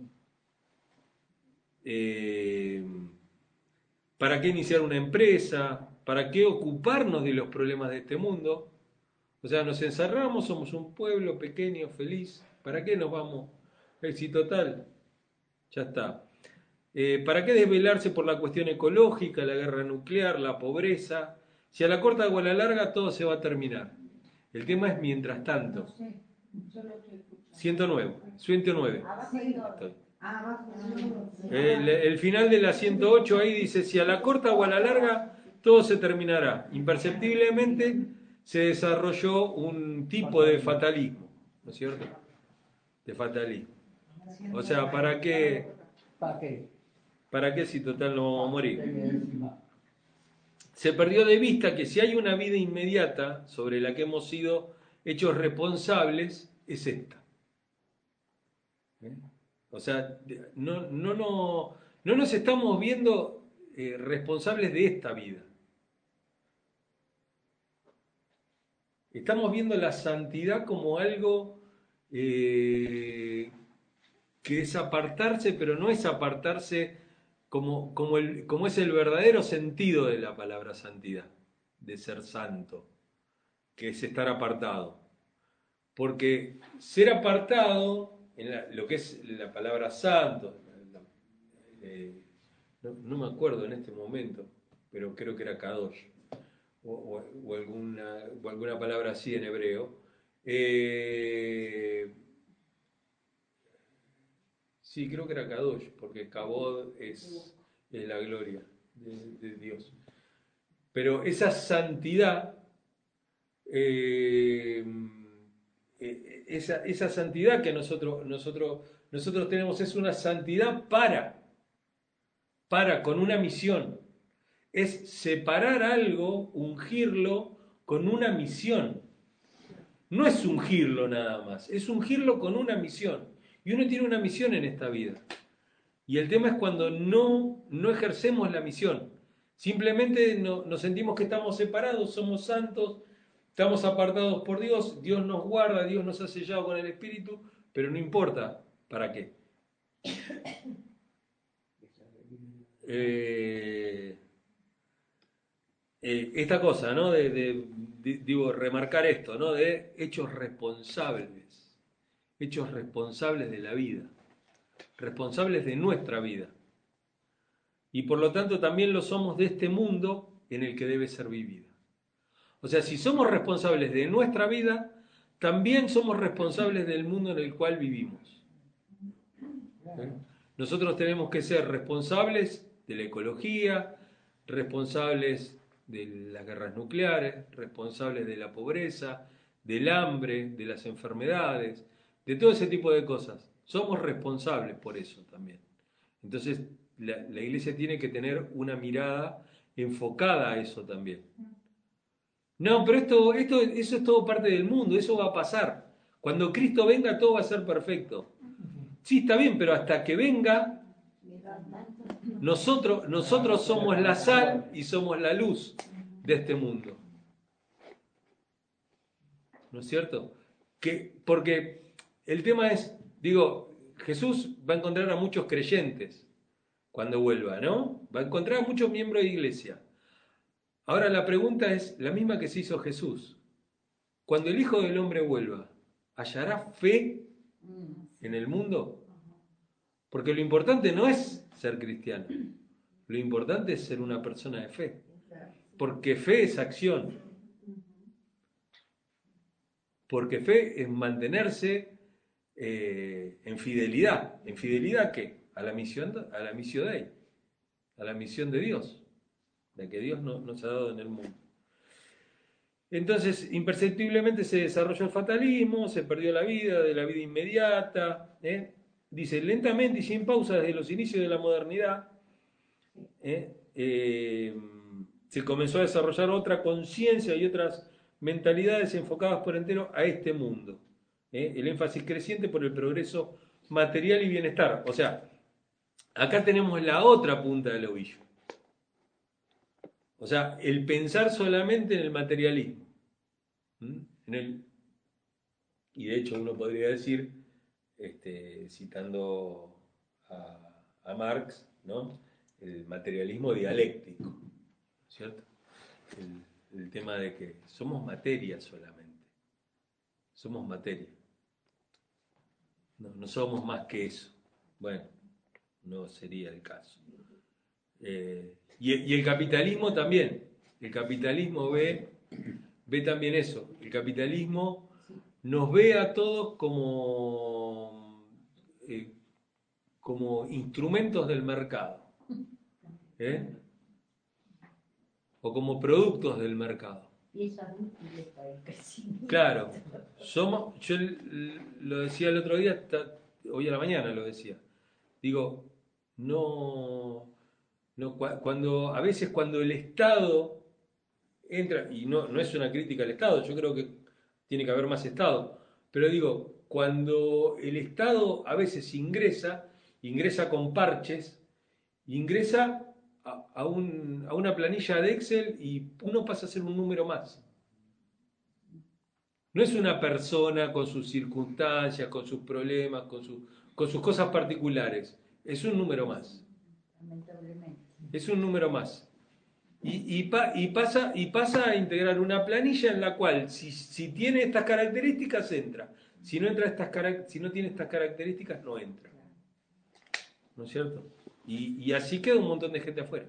Eh, ¿Para qué iniciar una empresa? ¿Para qué ocuparnos de los problemas de este mundo? O sea, nos encerramos, somos un pueblo pequeño, feliz. ¿Para qué nos vamos? Éxito total. Ya está. Eh, ¿Para qué desvelarse por la cuestión ecológica, la guerra nuclear, la pobreza? Si a la corta o a la larga todo se va a terminar. El tema es mientras tanto. ciento nueve. ciento nueve. Estoy. El, el final de la ciento ocho ahí dice, si a la corta o a la larga todo se terminará. Imperceptiblemente se desarrolló un tipo de fatalismo, ¿no es cierto? De fatalismo. O sea, ¿para qué? ¿Para qué? ¿Para qué si total no vamos a morir? Se perdió de vista que si hay una vida inmediata sobre la que hemos sido hechos responsables, es esta. ¿Eh? O sea, no, no, no, no nos estamos viendo eh, responsables de esta vida. Estamos viendo la santidad como algo eh, que es apartarse, pero no es apartarse como, como, el, como es el verdadero sentido de la palabra santidad, de ser santo, que es estar apartado. Porque ser apartado, en la, lo que es la palabra santo, la, eh, no, no me acuerdo en este momento, pero creo que era kadosh, o, o, o, alguna, o alguna palabra así en hebreo. Eh, sí, creo que era kadosh, porque kabod es, es la gloria de, de Dios. Pero esa santidad, eh, esa, esa santidad que nosotros, nosotros, nosotros tenemos es una santidad para, para, con una misión. Es separar algo, ungirlo con una misión. No es ungirlo nada más, es ungirlo con una misión. Y uno tiene una misión en esta vida. Y el tema es cuando no, no ejercemos la misión. Simplemente no, nos sentimos que estamos separados, somos santos, estamos apartados por Dios, Dios nos guarda, Dios nos ha sellado con el Espíritu, pero no importa para qué. Eh, eh, esta cosa, ¿no? De, de, de, digo, remarcar esto, ¿no? De hechos responsables, hechos responsables de la vida, responsables de nuestra vida. Y por lo tanto también lo somos de este mundo en el que debe ser vivida. O sea, si somos responsables de nuestra vida, también somos responsables del mundo en el cual vivimos. ¿Eh? Nosotros tenemos que ser responsables de la ecología, responsables de las guerras nucleares, responsables de la pobreza, del hambre, de las enfermedades, de todo ese tipo de cosas. Somos responsables por eso también. Entonces, la, la iglesia tiene que tener una mirada enfocada a eso también. No, pero esto, esto, eso es todo parte del mundo, eso va a pasar. Cuando Cristo venga todo va a ser perfecto. Sí, está bien, pero hasta que venga, nosotros, nosotros somos la sal y somos la luz de este mundo. ¿No es cierto? Que, porque el tema es, digo, Jesús va a encontrar a muchos creyentes cuando vuelva, ¿no? Va a encontrar a muchos miembros de iglesia. Ahora la pregunta es la misma que se hizo Jesús. Cuando el Hijo del Hombre vuelva, ¿hallará fe en el mundo? Porque lo importante no es ser cristiano. Lo importante es ser una persona de fe. Porque fe es acción. Porque fe es mantenerse eh, en fidelidad. ¿En fidelidad qué? A la misión, a la misión de Él. A la misión de Dios. La que Dios no, nos ha dado en el mundo. Entonces, imperceptiblemente se desarrolló el fatalismo, se perdió la vida, de la vida inmediata. ¿eh? Dice, lentamente y sin pausa desde los inicios de la modernidad, ¿eh? Eh, se comenzó a desarrollar otra conciencia y otras mentalidades enfocadas por entero a este mundo. ¿eh? El énfasis creciente por el progreso material y bienestar. O sea, acá tenemos la otra punta del ovillo. O sea, el pensar solamente en el materialismo. ¿Mm? En el, y de hecho uno podría decir, este, citando a, a Marx, ¿no? El materialismo dialéctico, ¿cierto? El, el tema de que somos materia solamente, somos materia, no, no somos más que eso. Bueno, no sería el caso. Eh, y, y el capitalismo también, el capitalismo ve, ve también eso, el capitalismo nos ve a todos como, eh, como instrumentos del mercado, ¿eh? O como productos del mercado. Piezas útiles para el crecimiento. Claro, somos, yo lo decía el otro día, hoy a la mañana lo decía, digo, no, no cuando, a veces cuando el Estado entra, y no, no es una crítica al Estado, yo creo que tiene que haber más Estado, pero digo, cuando el Estado a veces ingresa, ingresa con parches, ingresa a, a, un, a una planilla de Excel y uno pasa a ser un número más. No es una persona con sus circunstancias, con sus problemas, con, su, con sus cosas particulares, es un número más. Lamentablemente. Es un número más. Y, y, pa, y, pasa, y pasa a integrar una planilla en la cual, si, si tiene estas características, entra. Si no, entra estas, si no tiene estas características, no entra. ¿No es cierto? Y, y así queda un montón de gente afuera.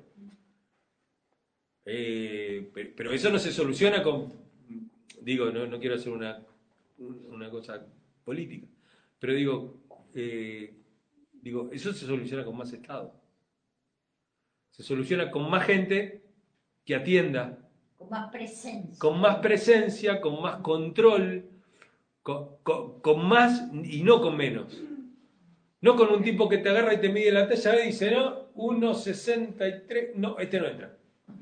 Eh, pero, pero eso no se soluciona con... Digo, no, no quiero hacer una, una cosa política, pero digo, eh, digo, eso se soluciona con más Estado. Se soluciona con más gente que atienda, con más presencia, con más presencia, con más control, con, con, con más y no con menos. No con un tipo que te agarra y te mide la talla y dice, no, uno sesenta y tres, no, este no entra.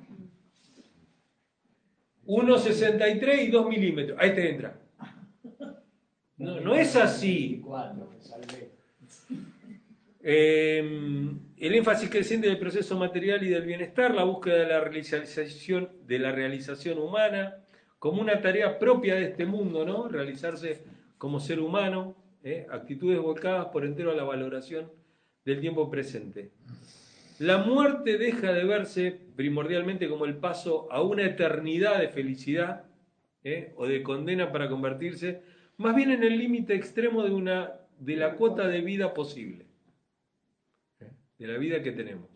uno sesenta y tres y dos milímetros, a este entra. No, no es así. Eh, el énfasis creciente del proceso material y del bienestar, la búsqueda de la realización, de la realización humana, como una tarea propia de este mundo, ¿no? Realizarse como ser humano, ¿eh? Actitudes volcadas por entero a la valoración del tiempo presente. La muerte deja de verse primordialmente como el paso a una eternidad de felicidad, ¿eh? O de condena para convertirse, más bien en el límite extremo de, una, de la cuota de vida posible. De la vida que tenemos.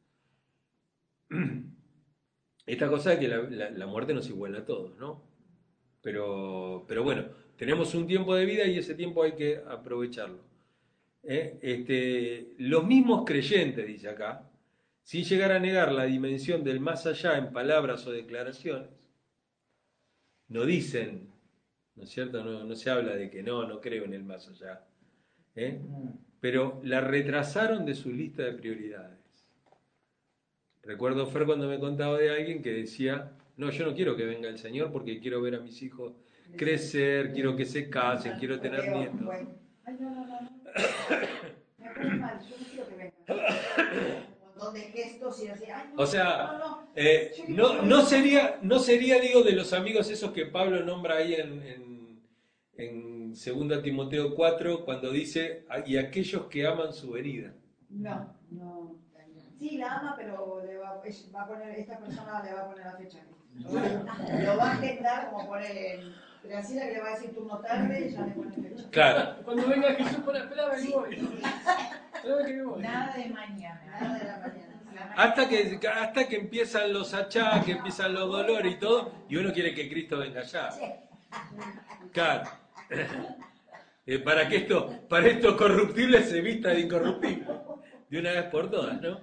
Esta cosa es que la, la, la muerte nos iguala a todos, ¿no? Pero, pero bueno, tenemos un tiempo de vida y ese tiempo hay que aprovecharlo. ¿Eh? Este, los mismos creyentes, dice acá, sin llegar a negar la dimensión del más allá en palabras o declaraciones, no dicen, ¿no es cierto? No, no se habla de que no, no creo en el más allá. ¿Eh? Pero la retrasaron de su lista de prioridades. Recuerdo, Fer, cuando me contaba de alguien que decía, no, yo no quiero que venga el Señor porque quiero ver a mis hijos crecer, quiero que se casen, quiero tener nietos. Ay, no, no, no, no. Me pone mal, yo no quiero que venga. Un montón de gestos y así, ay, no, o sea, no, no. Eh, no, no, sería, no sería, digo, de los amigos esos que Pablo nombra ahí en, en, en segunda Timoteo cuatro, cuando dice, y aquellos que aman su venida. No, no. Sí, la ama, pero le va, va a poner, esta persona le va a poner la fecha. Lo va, lo va a agendar como poner en Graciela, que le va a decir turno tarde y ya le pone fecha. Claro. Cuando venga Jesús para esperar, y voy. voy. Nada de mañana. Nada de la mañana. Hasta que, hasta que empiezan los achaques, empiezan los dolores y todo, y uno quiere que Cristo venga ya. Claro. Eh, para que esto, para estos corruptibles se vista de incorruptible. De una vez por todas, ¿no?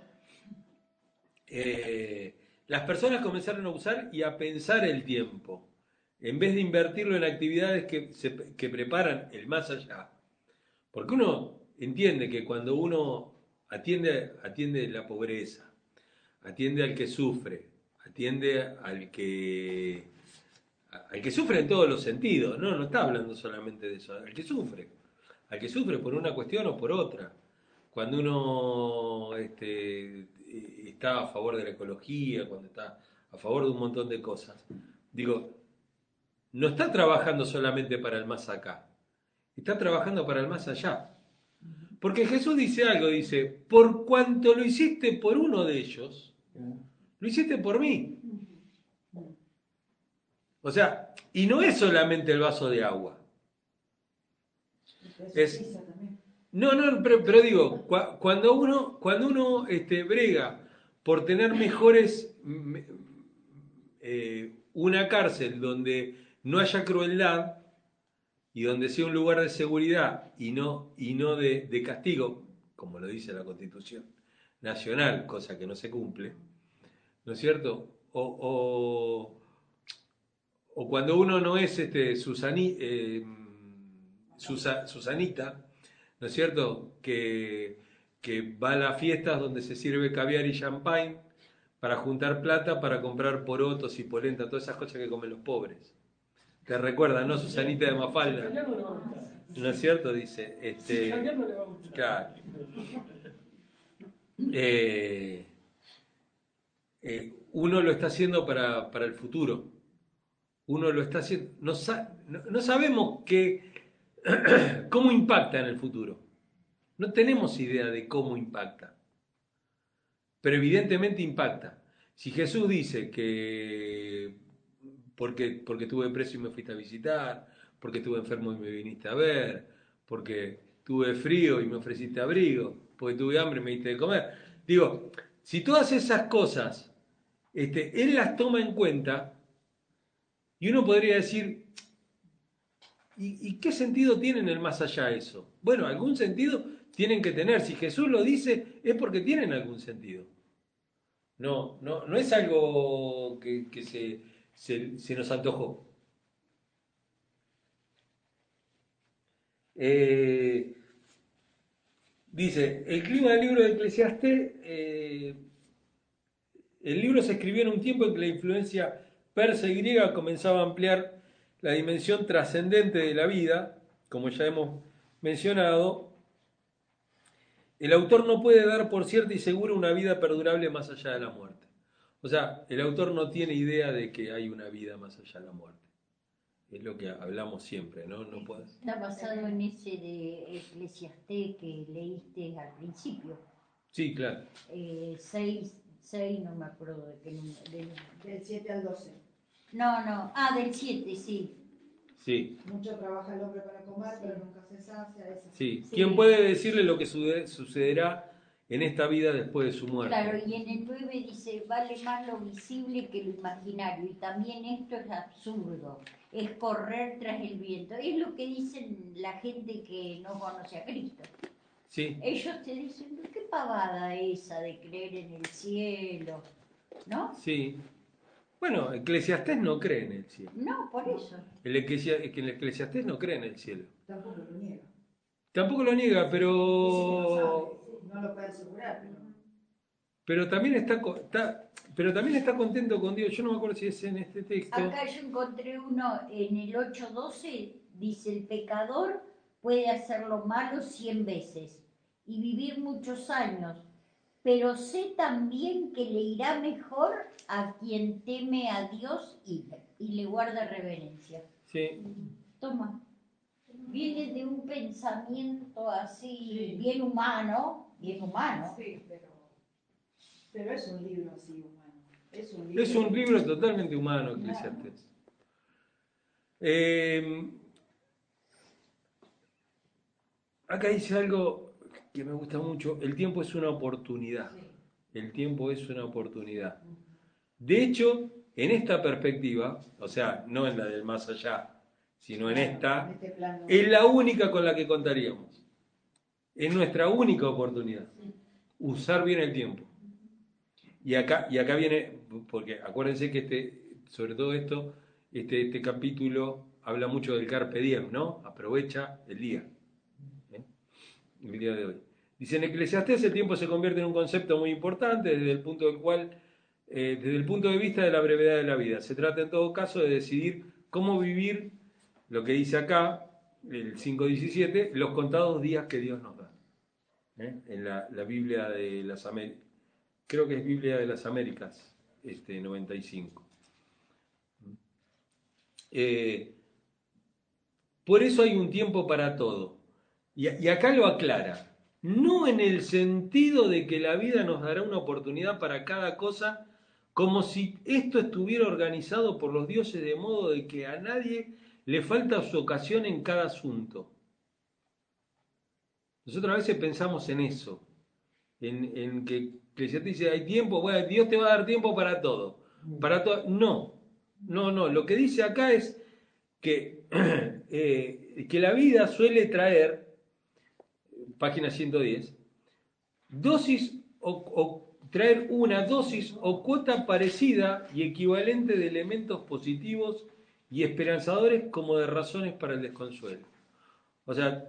Eh, las personas comenzaron a usar y a pensar el tiempo, en vez de invertirlo en actividades que, se, que preparan el más allá. Porque uno entiende que cuando uno atiende, atiende la pobreza, atiende al que sufre, atiende al que, al que sufre en todos los sentidos, no, no está hablando solamente de eso, al que sufre, al que sufre por una cuestión o por otra. Cuando uno este, está a favor de la ecología, cuando está a favor de un montón de cosas. Digo, no está trabajando solamente para el más acá, está trabajando para el más allá. Porque Jesús dice algo, dice, por cuanto lo hiciste por uno de ellos, lo hiciste por mí. O sea, y no es solamente el vaso de agua. Es, no, no, pero, pero digo, cua, cuando uno, cuando uno este, brega por tener mejores, eh, una cárcel donde no haya crueldad y donde sea un lugar de seguridad y no, y no de, de castigo, como lo dice la Constitución Nacional, cosa que no se cumple, ¿no es cierto? O, o, o cuando uno no es este, Susani, eh, Susa, Susanita, ¿no es cierto? Que, que va a las fiestas donde se sirve caviar y champagne para juntar plata para comprar porotos y polenta, todas esas cosas que comen los pobres. Te recuerda, ¿no? Susanita de Mafalda. ¿No es cierto? Dice. Este, claro. Eh, eh, uno lo está haciendo para, para el futuro. Uno lo está haciendo. No, no, no sabemos qué, cómo impacta en el futuro. No tenemos idea de cómo impacta. Pero evidentemente impacta. Si Jesús dice que porque, porque tuve preso y me fuiste a visitar, porque estuve enfermo y me viniste a ver, porque tuve frío y me ofreciste abrigo, porque tuve hambre y me diste de comer. Digo, si todas esas cosas este, Él las toma en cuenta, y uno podría decir, ¿y, ¿y qué sentido tiene en el más allá eso? Bueno, algún sentido tienen que tener. Si Jesús lo dice, es porque tienen algún sentido. No, no, no es algo que, que se, se, se nos antojó. Eh, dice, el clima del libro de Eclesiastés, eh, el libro se escribió en un tiempo en que la influencia persa y griega comenzaba a ampliar la dimensión trascendente de la vida, como ya hemos mencionado. El autor no puede dar por cierta y segura una vida perdurable más allá de la muerte. O sea, el autor no tiene idea de que hay una vida más allá de la muerte. Es lo que hablamos siempre, ¿no? No puedes. Está basado en ese de Eclesiastés que leíste al principio. Sí, claro. Eh, seis, seis, no me acuerdo de qué número. Del, Del siete al doce. No, no. Ah, del siete, sí. Sí. Mucho trabaja el hombre para comer, pero nunca se sacia. Esa. Sí. Sí. ¿Quién puede decirle lo que sucederá en esta vida después de su muerte? Claro, y en el nueve dice, vale más lo visible que lo imaginario, y también esto es absurdo, es correr tras el viento. Es lo que dicen la gente que no conoce a Cristo. Sí. Ellos te dicen, qué pavada esa de creer en el cielo, ¿no? Sí. Bueno, Eclesiastés no cree en el cielo. No, por eso. El, Eclesia, el Eclesiastés no cree en el cielo. Tampoco lo niega. Tampoco lo niega, pero... No, sabe, no lo puede asegurar, pero... Pero también está, está, pero también está contento con Dios. Yo no me acuerdo si es en este texto. Acá yo encontré uno en el ocho doce, dice, el pecador puede hacer lo malo cien veces y vivir muchos años, pero sé también que le irá mejor a quien teme a Dios y, y le guarda reverencia. Sí. Toma. Viene de un pensamiento así, Sí. bien humano, bien humano. Sí, pero, pero es un libro así humano. Es un libro, Es un libro totalmente humano, Eclesiastés. Eh, acá dice algo que me gusta mucho. El tiempo es una oportunidad. El tiempo es una oportunidad. De hecho, en esta perspectiva, o sea, no en la del más allá, sino en esta, en este plano. es la única con la que contaríamos. Es nuestra única oportunidad. Usar bien el tiempo. Y acá, y acá viene, porque acuérdense que este, sobre todo esto, este, este capítulo habla mucho del carpe diem, ¿no? Aprovecha el día. ¿eh? El día de hoy. Dice en Eclesiastés, el tiempo se convierte en un concepto muy importante desde el punto del cual, eh, desde el punto de vista de la brevedad de la vida. Se trata en todo caso de decidir cómo vivir, lo que dice acá, el cinco diecisiete, los contados días que Dios nos da. ¿eh? En la, la Biblia de las Américas. Creo que es Biblia de las Américas, este, noventa y cinco. Eh, por eso hay un tiempo para todo. Y, y acá lo aclara. No en el sentido de que la vida nos dará una oportunidad para cada cosa, como si esto estuviera organizado por los dioses de modo de que a nadie le falta su ocasión en cada asunto. Nosotros a veces pensamos en eso, en, en que Eclesiastés dice, hay tiempo, bueno, Dios te va a dar tiempo para todo. Para todo. No, no, no. Lo que dice acá es que, eh, que la vida suele traer, página ciento diez, dosis o, o traer una dosis o cuota parecida y equivalente de elementos positivos y esperanzadores como de razones para el desconsuelo. O sea,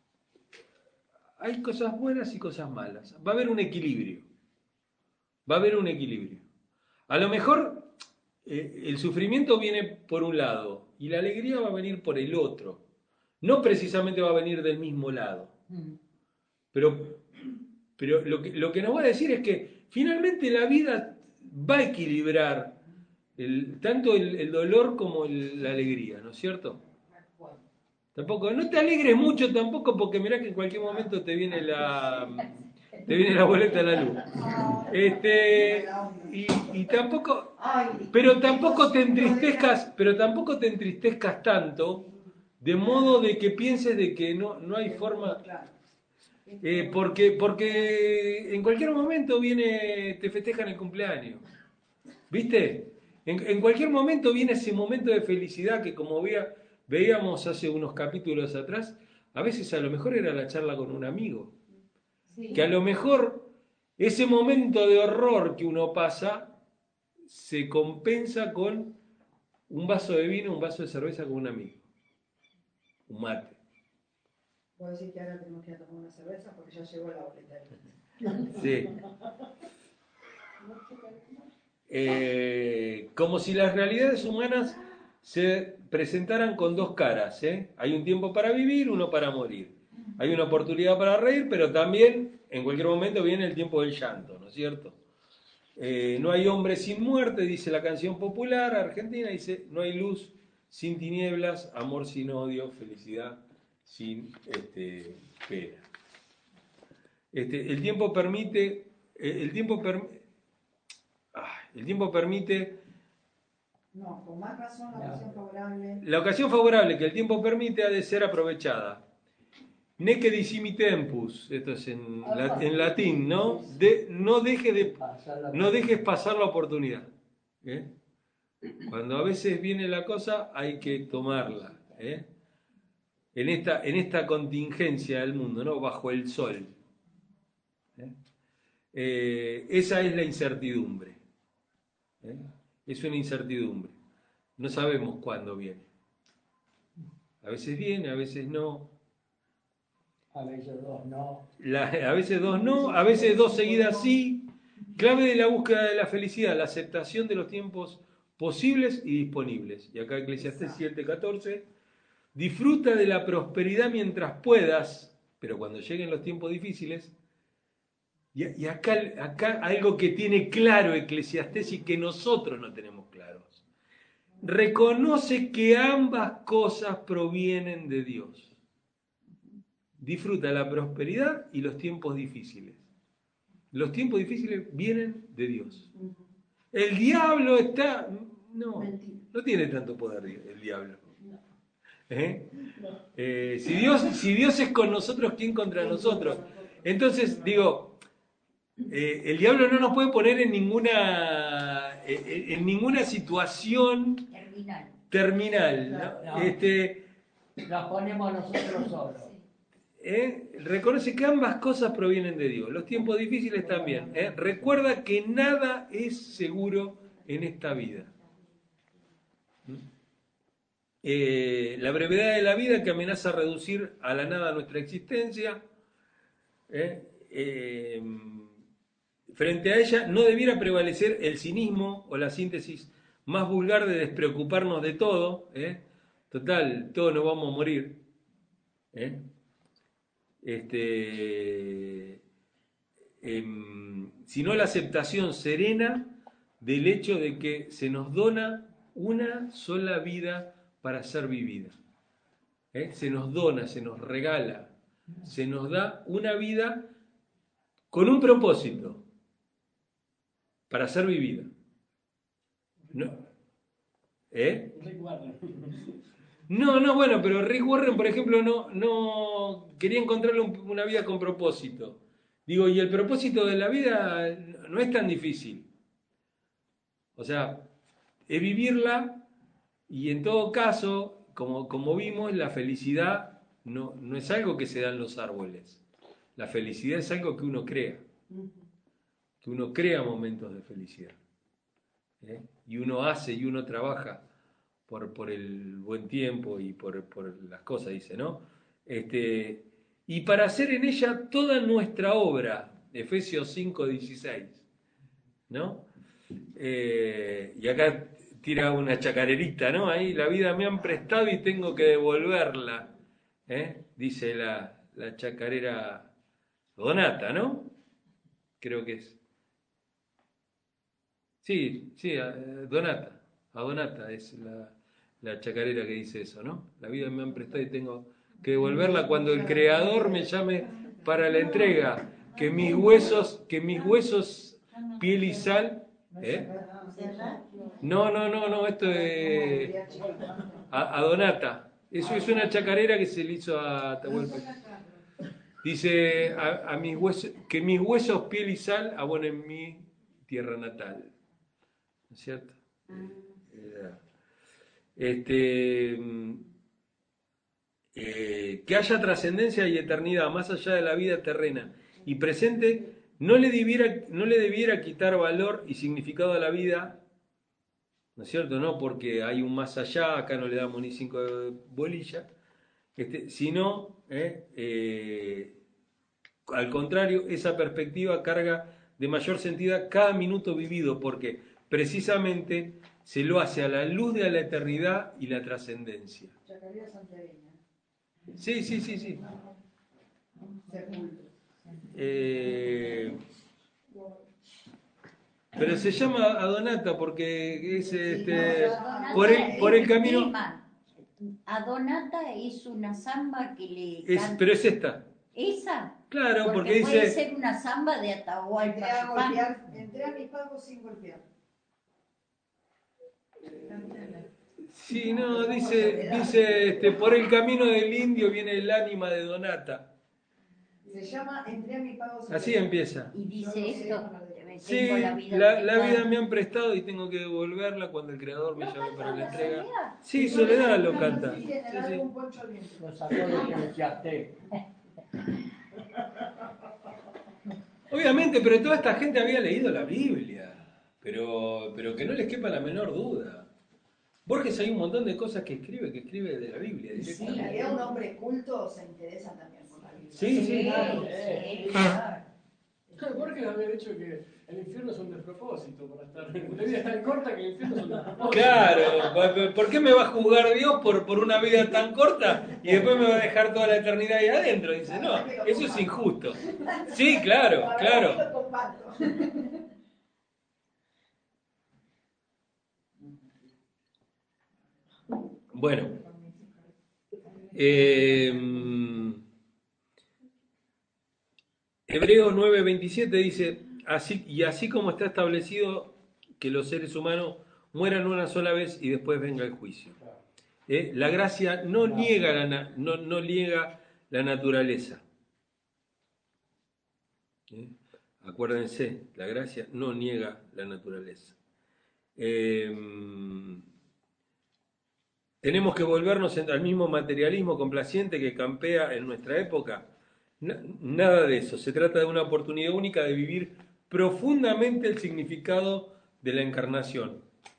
hay cosas buenas y cosas malas. Va a haber un equilibrio. Va a haber un equilibrio. A lo mejor eh, el sufrimiento viene por un lado y la alegría va a venir por el otro. No precisamente va a venir del mismo lado. Pero, pero lo, que, lo que nos va a decir es que finalmente la vida va a equilibrar el, tanto el, el dolor como el, la alegría, ¿no es cierto? Tampoco, no te alegres mucho tampoco porque mirá que en cualquier momento te viene la, te viene la boleta de la luz. Este, y, y tampoco, pero tampoco te entristezcas, pero tampoco te entristezcas tanto, de modo de que pienses de que no, no hay forma, eh, porque, porque en cualquier momento viene, te festejan el cumpleaños, ¿viste? En, en cualquier momento viene ese momento de felicidad que como veía, veíamos hace unos capítulos atrás, a veces a lo mejor era la charla con un amigo, sí. Que a lo mejor ese momento de horror que uno pasa se compensa con un vaso de vino, un vaso de cerveza con un amigo, un mate. ¿Puedo decir que ahora tenemos que ir a tomar una cerveza? Porque ya llegó la boleta. Sí. Eh, como si las realidades humanas se presentaran con dos caras, ¿eh? Hay un tiempo para vivir, uno para morir. Hay una oportunidad para reír, pero también en cualquier momento viene el tiempo del llanto, ¿no es cierto? Eh, no hay hombre sin muerte, dice la canción popular argentina, dice, no hay luz sin tinieblas, amor sin odio, felicidad sin este, pena. Este, el tiempo permite, el tiempo, per, ah, el tiempo permite... No, con más razón la ocasión favorable. La ocasión favorable que el tiempo permite ha de ser aprovechada. Nece dicimi tempus, esto es en, la, en latín, ¿no? De, no, deje de, no dejes pasar la oportunidad. ¿eh? Cuando a veces viene la cosa, hay que tomarla. ¿eh? En, esta, en esta contingencia del mundo, ¿no? Bajo el sol. ¿eh? Eh, esa es la incertidumbre. ¿eh? Es una incertidumbre. No sabemos cuándo viene. A veces viene, a veces no. A veces dos no. La, a veces dos no, a veces dos seguidas sí. Clave de la búsqueda de la felicidad, la aceptación de los tiempos posibles y disponibles. Y acá Eclesiastés siete catorce. Disfruta de la prosperidad mientras puedas, pero cuando lleguen los tiempos difíciles. Y, y acá, acá algo que tiene claro Eclesiastés y que nosotros no tenemos claros. Reconoce que ambas cosas provienen de Dios. Disfruta la prosperidad y los tiempos difíciles. Los tiempos difíciles vienen de Dios. El diablo está... No, no tiene tanto poder el diablo. ¿Eh? Eh, si, Dios, si Dios es con nosotros, ¿quién contra nosotros? Entonces, digo, eh, el diablo no nos puede poner en ninguna, en, en ninguna situación Terminal. terminal. ¿no? No. Este, Nos ponemos nosotros solos. ¿eh? Reconoce que ambas cosas provienen de Dios, los tiempos difíciles también. ¿eh? Recuerda que nada es seguro en esta vida. Eh, la brevedad de la vida que amenaza reducir a la nada nuestra existencia, ¿eh? Eh, frente a ella no debiera prevalecer el cinismo o la síntesis más vulgar de despreocuparnos de todo, ¿eh? Total, todos nos vamos a morir, ¿eh? este, eh, sino la aceptación serena del hecho de que se nos dona una sola vida para ser vivida. ¿Eh? Se nos dona, se nos regala, se nos da una vida con un propósito, para ser vivida. No, ¿eh? no, no, bueno, pero Rick Warren, por ejemplo, no, no quería encontrarle un- una vida con propósito. Digo, y el propósito de la vida no es tan difícil. O sea, es vivirla y en todo caso, como, como vimos, la felicidad no, no es algo que se da en los árboles. La felicidad es algo que uno crea. Que uno crea momentos de felicidad. ¿Eh? Y uno hace y uno trabaja por, por el buen tiempo y por, por las cosas, dice, ¿no? Este, y para hacer en ella toda nuestra obra, Efesios cinco, dieciséis, ¿no? Eh, y acá tira una chacarerita, ¿no? Ahí la vida me han prestado y tengo que devolverla, ¿eh? Dice la, la chacarera Donata, ¿no? Creo que es. Sí, sí, a- eh, Donata, a Donata es la, la chacarera que dice eso, ¿no? La vida me han prestado y tengo que devolverla cuando el Creador me llame para la entrega, que mis huesos, que mis huesos, piel y sal, ¿eh? No, no, no, no, esto es a, a Donata, eso es una chacarera que se le hizo a Atahualpa. Dice, a, a mis huesos, que mis huesos, piel y sal abonen mi tierra natal. ¿No es cierto? Era, Este, eh, que haya trascendencia y eternidad más allá de la vida terrena y presente no le debiera, no le debiera quitar valor y significado a la vida, ¿no es cierto? No porque hay un más allá, acá no le damos ni cinco bolillas, este, sino, eh, eh, al contrario, esa perspectiva carga de mayor sentido cada minuto vivido, porque precisamente se lo hace a la luz de la eternidad y la trascendencia. Chacarera santiagueña. Sí, sí, sí, sí. Sepulcro. Eh, pero se llama Adonata porque es este, Adonata por el, por el es camino. tema. Adonata es una samba que le Es, canta. pero es esta. ¿Esa? Claro, porque, Porque puede dice. ser una samba de Entré Atahualpa a Yupanqui. golpear, entré a mis pagos sin golpear. Sí, no, dice, dice este, por el camino del indio viene el ánima de Donata. Se llama Entré a mis pagos sin Así golpear. empieza. Y dice Yo no sé, esto, no lo digo. tengo Sí, la vida la, la prestada. vida me han prestado y tengo que devolverla cuando el Creador me ¿No llame canta para la la entrega. Soledad? Sí, Soledad lo canta. Sí, Sí, en el sí. álbum Poncho Viento. Lo sacó de Telechate. Obviamente, pero toda esta gente había leído la Biblia, pero, pero que no les quepa la menor duda. Borges hay un montón de cosas que escribe, que escribe de la Biblia Sí, directamente. era un hombre culto, se interesa también por la Biblia. Sí, sí. Sí, Borges había dicho que el infierno es un despropósito para estar. La vida es tan corta que el infierno es un despropósito. Claro, ¿por qué me va a juzgar Dios por, por una vida tan corta y después me va a dejar toda la eternidad ahí adentro? Dice, no, eso es injusto. Sí, claro, La verdad claro. que lo comparto. Bueno, eh, Hebreos nueve veintisiete dice, así, y así como está establecido que los seres humanos mueran una sola vez y después venga el juicio. ¿Eh? La gracia no niega la, na- no, no niega la naturaleza. ¿Eh? Acuérdense, la gracia no niega la naturaleza. Eh, ¿Tenemos que volvernos al mismo materialismo complaciente que campea en nuestra época? Na- nada de eso. Se trata de una oportunidad única de vivir profundamente el significado de la encarnación.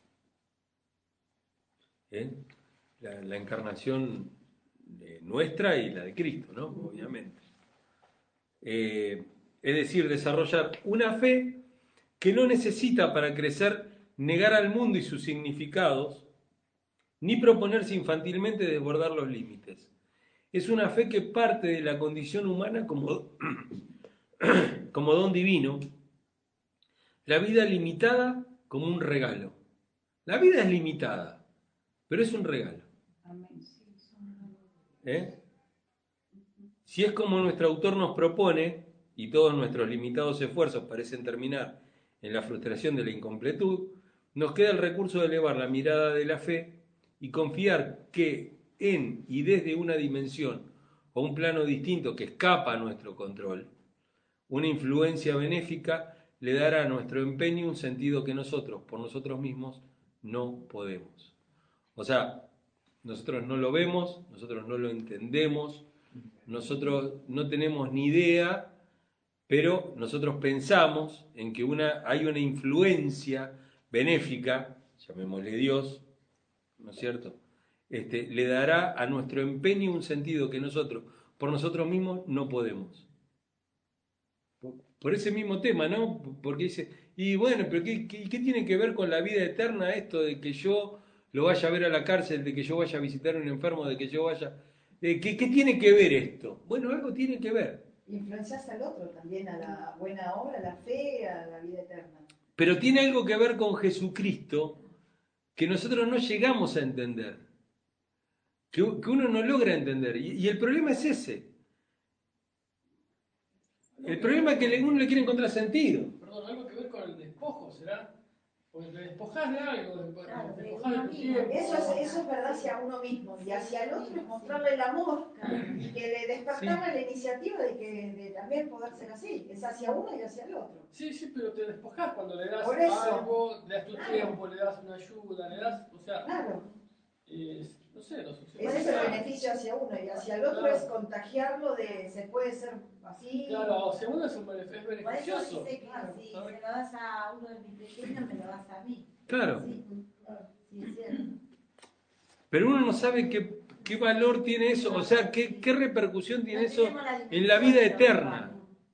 ¿Eh? La, la encarnación eh, nuestra y la de Cristo, ¿no? Obviamente. Eh, es decir, desarrollar una fe que no necesita para crecer negar al mundo y sus significados, ni proponerse infantilmente desbordar los límites. Es una fe que parte de la condición humana como, como don divino, la vida limitada como un regalo. La vida es limitada, pero es un regalo. ¿Eh? Si es como nuestro autor nos propone, y todos nuestros limitados esfuerzos parecen terminar en la frustración de la incompletud, nos queda el recurso de elevar la mirada de la fe y confiar que en y desde una dimensión o un plano distinto que escapa a nuestro control, una influencia benéfica le dará a nuestro empeño un sentido que nosotros, por nosotros mismos, no podemos. O sea, nosotros no lo vemos, nosotros no lo entendemos, nosotros no tenemos ni idea, pero nosotros pensamos en que una, hay una influencia benéfica, llamémosle Dios, ¿no es cierto? Este, le dará a nuestro empeño un sentido que nosotros, por nosotros mismos, no podemos. Por, por ese mismo tema, ¿no? Porque dice, y bueno, pero ¿qué, qué, ¿qué tiene que ver con la vida eterna esto de que yo lo vaya a ver a la cárcel, de que yo vaya a visitar a un enfermo, de que yo vaya... Eh, ¿qué, ¿Qué tiene que ver esto? Bueno, algo tiene que ver. Influencias al otro también, a la buena obra, a la fe, a la vida eterna. Pero tiene algo que ver con Jesucristo que nosotros no llegamos a entender, que, que uno no logra entender. Y, y el problema es ese. El problema es que uno le quiere encontrar sentido. Perdón, algo que ver con el despojo, ¿será? Porque te despojás de algo, de- Claro, te de despojás de uno tu mismo. tiempo. Eso es, eso es verdad hacia uno mismo, y hacia el otro es mostrarle el amor y que le despertarle la iniciativa de que de también poder ser así. Es hacia uno y hacia el otro. Sí, sí, pero te despojás cuando le das Por eso. algo, le das tu Claro. tiempo, le das una ayuda, le das, o sea, Claro, eh, no sé, los ese es el beneficio hacia uno y hacia el otro Claro. es contagiarlo de se puede ser así. Claro, hacia uno es, un benef- es Por eso beneficioso. dice que si se lo das a uno de mis pequeños, me lo das a mí. Claro. Sí, sí, es cierto. Pero uno no sabe qué, qué valor tiene eso, o sea, qué, qué repercusión tiene eso en la vida eterna.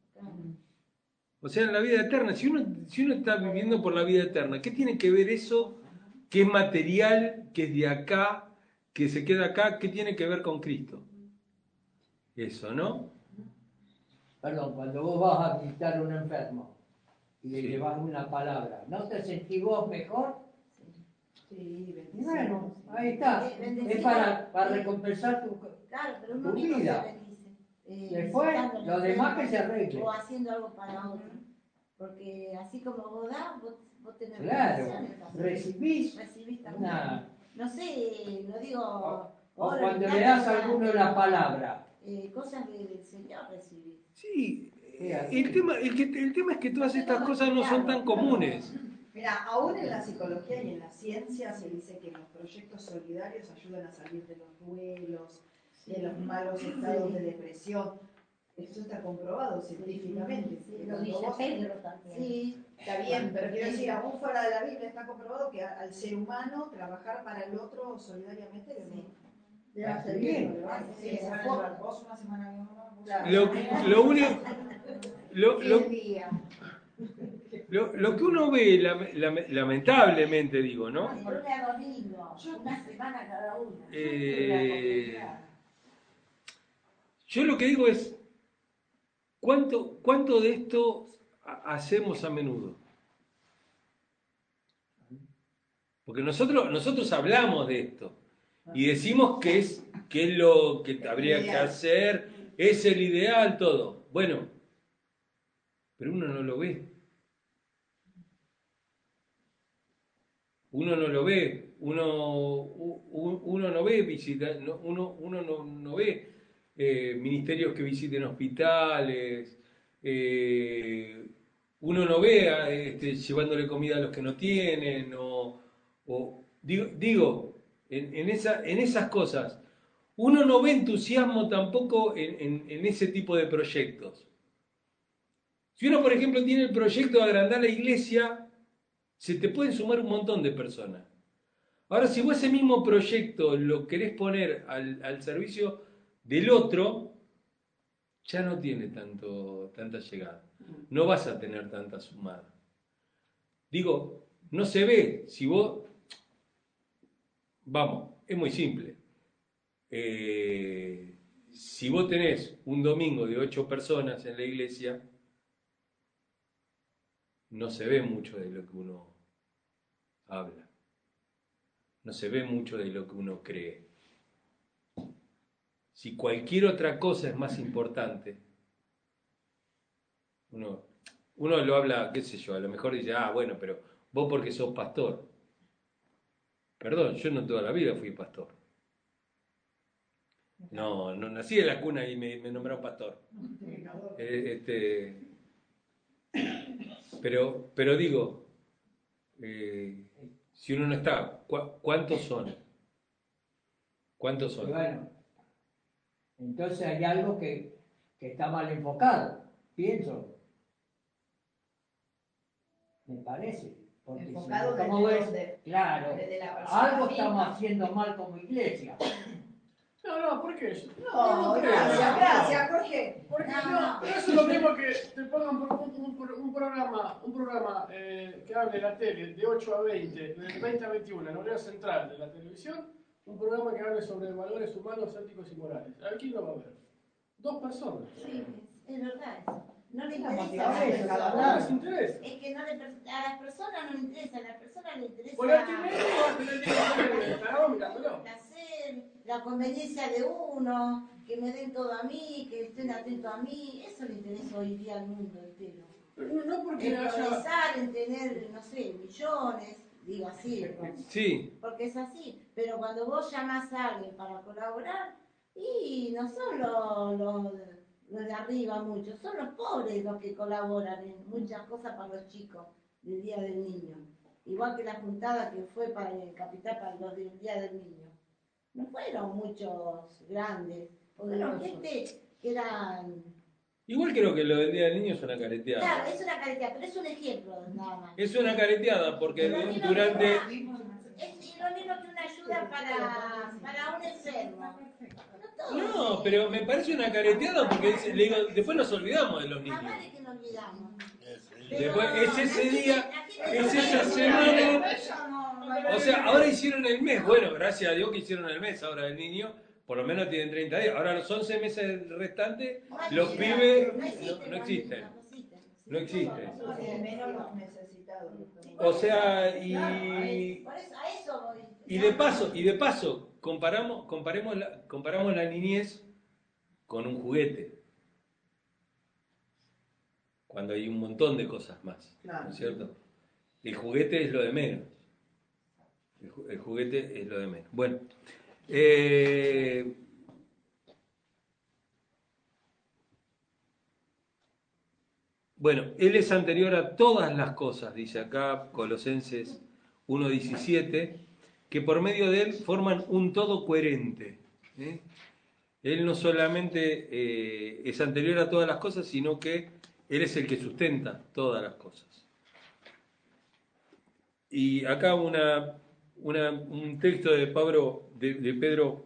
O sea, en la vida eterna. Si uno, si uno está viviendo por la vida eterna, ¿qué tiene que ver eso que es material, que es de acá, que se queda acá? ¿Qué tiene que ver con Cristo? Eso, ¿no? Perdón, cuando vos vas a visitar a un enfermo y le Sí. llevas una palabra, ¿no te sentís vos mejor? Sí, Y bueno, bendiciones. ahí está. Eh, bendecido. Es para, para recompensar tu... Claro, pero uno Tu mismo vida. se bendice. Eh, Después, visitando al lo demás que se enfermo arregle. O haciendo algo para otro. Porque así como vos das, vos, vos tenés Claro, bendiciones también. recibís Recibís también. una... No sé, lo digo... O, o ahora, cuando mirá le das que a alguno la palabra. Eh, cosas del Señor recibís. Sí, Sí, así. el tema, el, que, el tema es que todas estas cosas no son tan comunes. Mira, aún en la psicología y en la ciencia se dice que los proyectos solidarios ayudan a salir de los duelos, de los malos estados de depresión. Esto está comprobado científicamente. Sí, lo Cuando dice vos- Pedro también. Sí, está bien, pero quiero decir, aún fuera de la Biblia está comprobado que a- al ser humano trabajar para el otro solidariamente le Le va va a a servir. servir. le va a- Sí, se aporta. Vos una semana que no, vos- Claro. Lo, lo único... Lo, lo, El día. lo, lo que uno ve, lame- lame- lamentablemente digo, ¿no? De lunes a domingo, una semana cada una. Eh, yo lo que digo es, ¿cuánto, cuánto de esto ha- hacemos a menudo? Porque nosotros, nosotros hablamos de esto y decimos que es, que es lo que habría que hacer, es el ideal, todo. Bueno, pero uno no lo ve. Uno no lo ve, uno, u- uno no ve visita, no- uno, uno no, no ve eh, ministerios que visiten hospitales, eh, uno no ve a, este, llevándole comida a los que no tienen, o, o- digo, digo en, en, esa, en esas cosas, uno no ve entusiasmo tampoco en, en- en ese tipo de proyectos. Si uno, por ejemplo, tiene el proyecto de agrandar la iglesia, se te pueden sumar un montón de personas. Ahora, si vos ese mismo proyecto lo querés poner al, al servicio del otro, ya no tiene tanto, tanta llegada. No vas a tener tanta sumada. Digo, no se ve. Si vos... Vamos, es muy simple. Eh, si vos tenés un domingo de ocho personas en la iglesia, no se ve mucho de lo que uno habla. No se ve mucho de lo que uno cree. si cualquier otra cosa es más importante, uno, uno lo habla, qué sé yo, a lo mejor dice, ah, bueno, pero vos porque sos pastor. Perdón, yo no toda la vida fui pastor. No, no nací en la cuna y me, me nombraron pastor. Eh, este, pero, pero digo, eh, si uno no está, ¿cu- ¿cuántos son? ¿Cuántos Y son? bueno, entonces hay algo que, que está mal enfocado, pienso. Me parece. Porque si Enfocado no, ¿cómo desde ves? dónde? Claro, Desde la persona algo misma. estamos haciendo mal como iglesia. No, no, ¿por qué? No, creo, gracias, no. gracias, Jorge. Porque No, no, no. pero eso es lo mismo que te pongan un, un- un- un programa, un programa eh, que hable la tele de ocho a veinte, de veinte a veintiuno, en horario central de la televisión, un programa que hable sobre valores humanos, éticos y morales. ¿A quién lo va a ver? Dos personas. Sí, es, es verdad eso. No le Es la interesa a las motivación de cada No personas. les interesa. Es que no le, per- a las personas no le interesa, a las personas le interesa Por el medio va a tener que estar mirándolo. el placer, la conveniencia de uno, que me den todo a mí, que estén atentos a mí. Eso le interesa hoy día al mundo entero. No, no porque En haya... progresar, en tener, no sé, millones, digo así, ¿no? Sí, Porque es así. Pero cuando vos llamás a alguien para colaborar, y no son los, los, los de arriba muchos, son los pobres los que colaboran en muchas cosas para los chicos del Día del Niño. Igual que la juntada que fue para el Capital para los del Día del Niño. No fueron muchos grandes, fueron gente que eran... igual creo que lo del Día del Niño es una Claro, careteada. es una careteada, pero es un ejemplo nada más. Es una careteada porque Es lo mismo durante... que una- Es lo mismo que una ayuda para, para un enfermo. No, No, todos, pero me parece una careteada porque dice- le digo, después nos olvidamos de los niños. jamás de que nos olvidamos. Después, es ese la gente- día, la gente es no esa sabe. semana. O sea, ahora hicieron el mes. Bueno, gracias a Dios que hicieron el mes ahora del niño. Por lo menos tienen treinta días. Ahora los once meses restantes, los pibes no, no existen. No existen. No, y menos los necesitados. O sea, y, Por eso, a eso voy. y de paso, y de paso, comparamos, comparemos la, comparamos la niñez con un juguete. Cuando hay un montón de cosas más, Claro. ¿no es cierto? El juguete es lo de menos. El, ju- el juguete es lo de menos. Bueno, eh, bueno, Él es anterior a todas las cosas, dice acá Colosenses uno diecisiete, que por medio de Él forman un todo coherente. ¿eh? Él no solamente eh, es anterior a todas las cosas, sino que Él es el que sustenta todas las cosas. Y acá una, una- un texto de, Pablo, de, de Pedro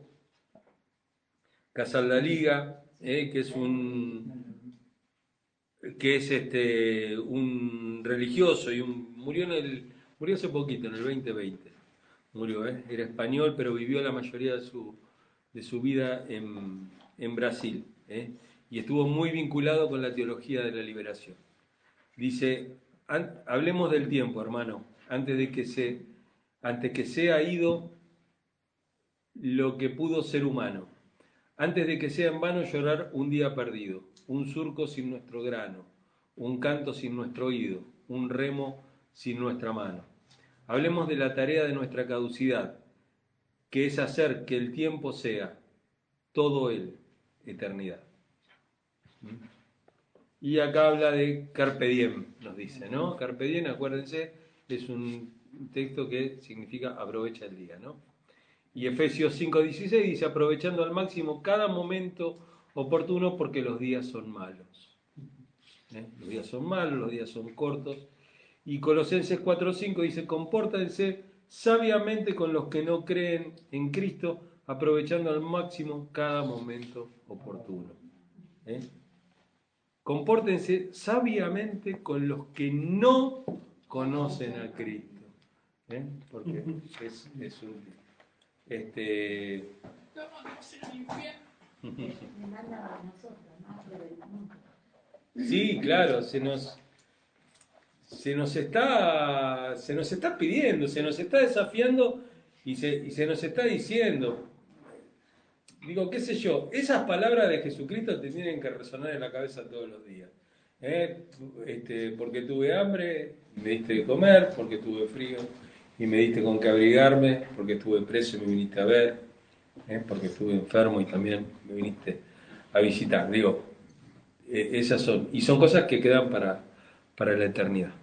Casaldaliga, eh, que es un que es este un religioso y un, murió en el murió hace poquito, en el veinte veinte. Murió, eh, era español, pero vivió la mayoría de su de su vida en, en Brasil, eh, y estuvo muy vinculado con la teología de la liberación. Dice, an- hablemos del tiempo, hermano, antes de que se antes que sea ido lo que pudo ser humano, antes de que sea en vano llorar un día perdido, un surco sin nuestro grano, un canto sin nuestro oído, un remo sin nuestra mano. Hablemos de la tarea de nuestra caducidad, que es hacer que el tiempo sea todo él, eternidad. ¿Mm? Y acá habla de Carpe Diem, nos dice, ¿no? Carpe Diem, acuérdense, es un texto que significa aprovecha el día, ¿no? Y Efesios cinco dieciséis dice, aprovechando al máximo cada momento oportuno porque los días son malos. ¿Eh? Los días son malos, los días son cortos. Y Colosenses cuatro cinco dice, compórtense sabiamente con los que no creen en Cristo, aprovechando al máximo cada momento oportuno. ¿Eh? Compórtense sabiamente con los que no conocen a Cristo. ¿Eh? Porque es, es un... Este, No, no sea el infierno. Me mandan a nosotros, ¿no? Pero el mundo. sí, claro, se nos, se nos está, se nos está pidiendo, se nos está desafiando y se, y se nos está diciendo. Digo, qué sé yo, esas palabras de Jesucristo te tienen que resonar en la cabeza todos los días. ¿Eh? Este, porque tuve hambre, me diste de comer, porque tuve frío y me diste con qué abrigarme, porque estuve preso y me viniste a ver, ¿eh? Porque estuve enfermo y también me viniste a visitar. Digo, eh, esas son, y son cosas que quedan para, para la eternidad.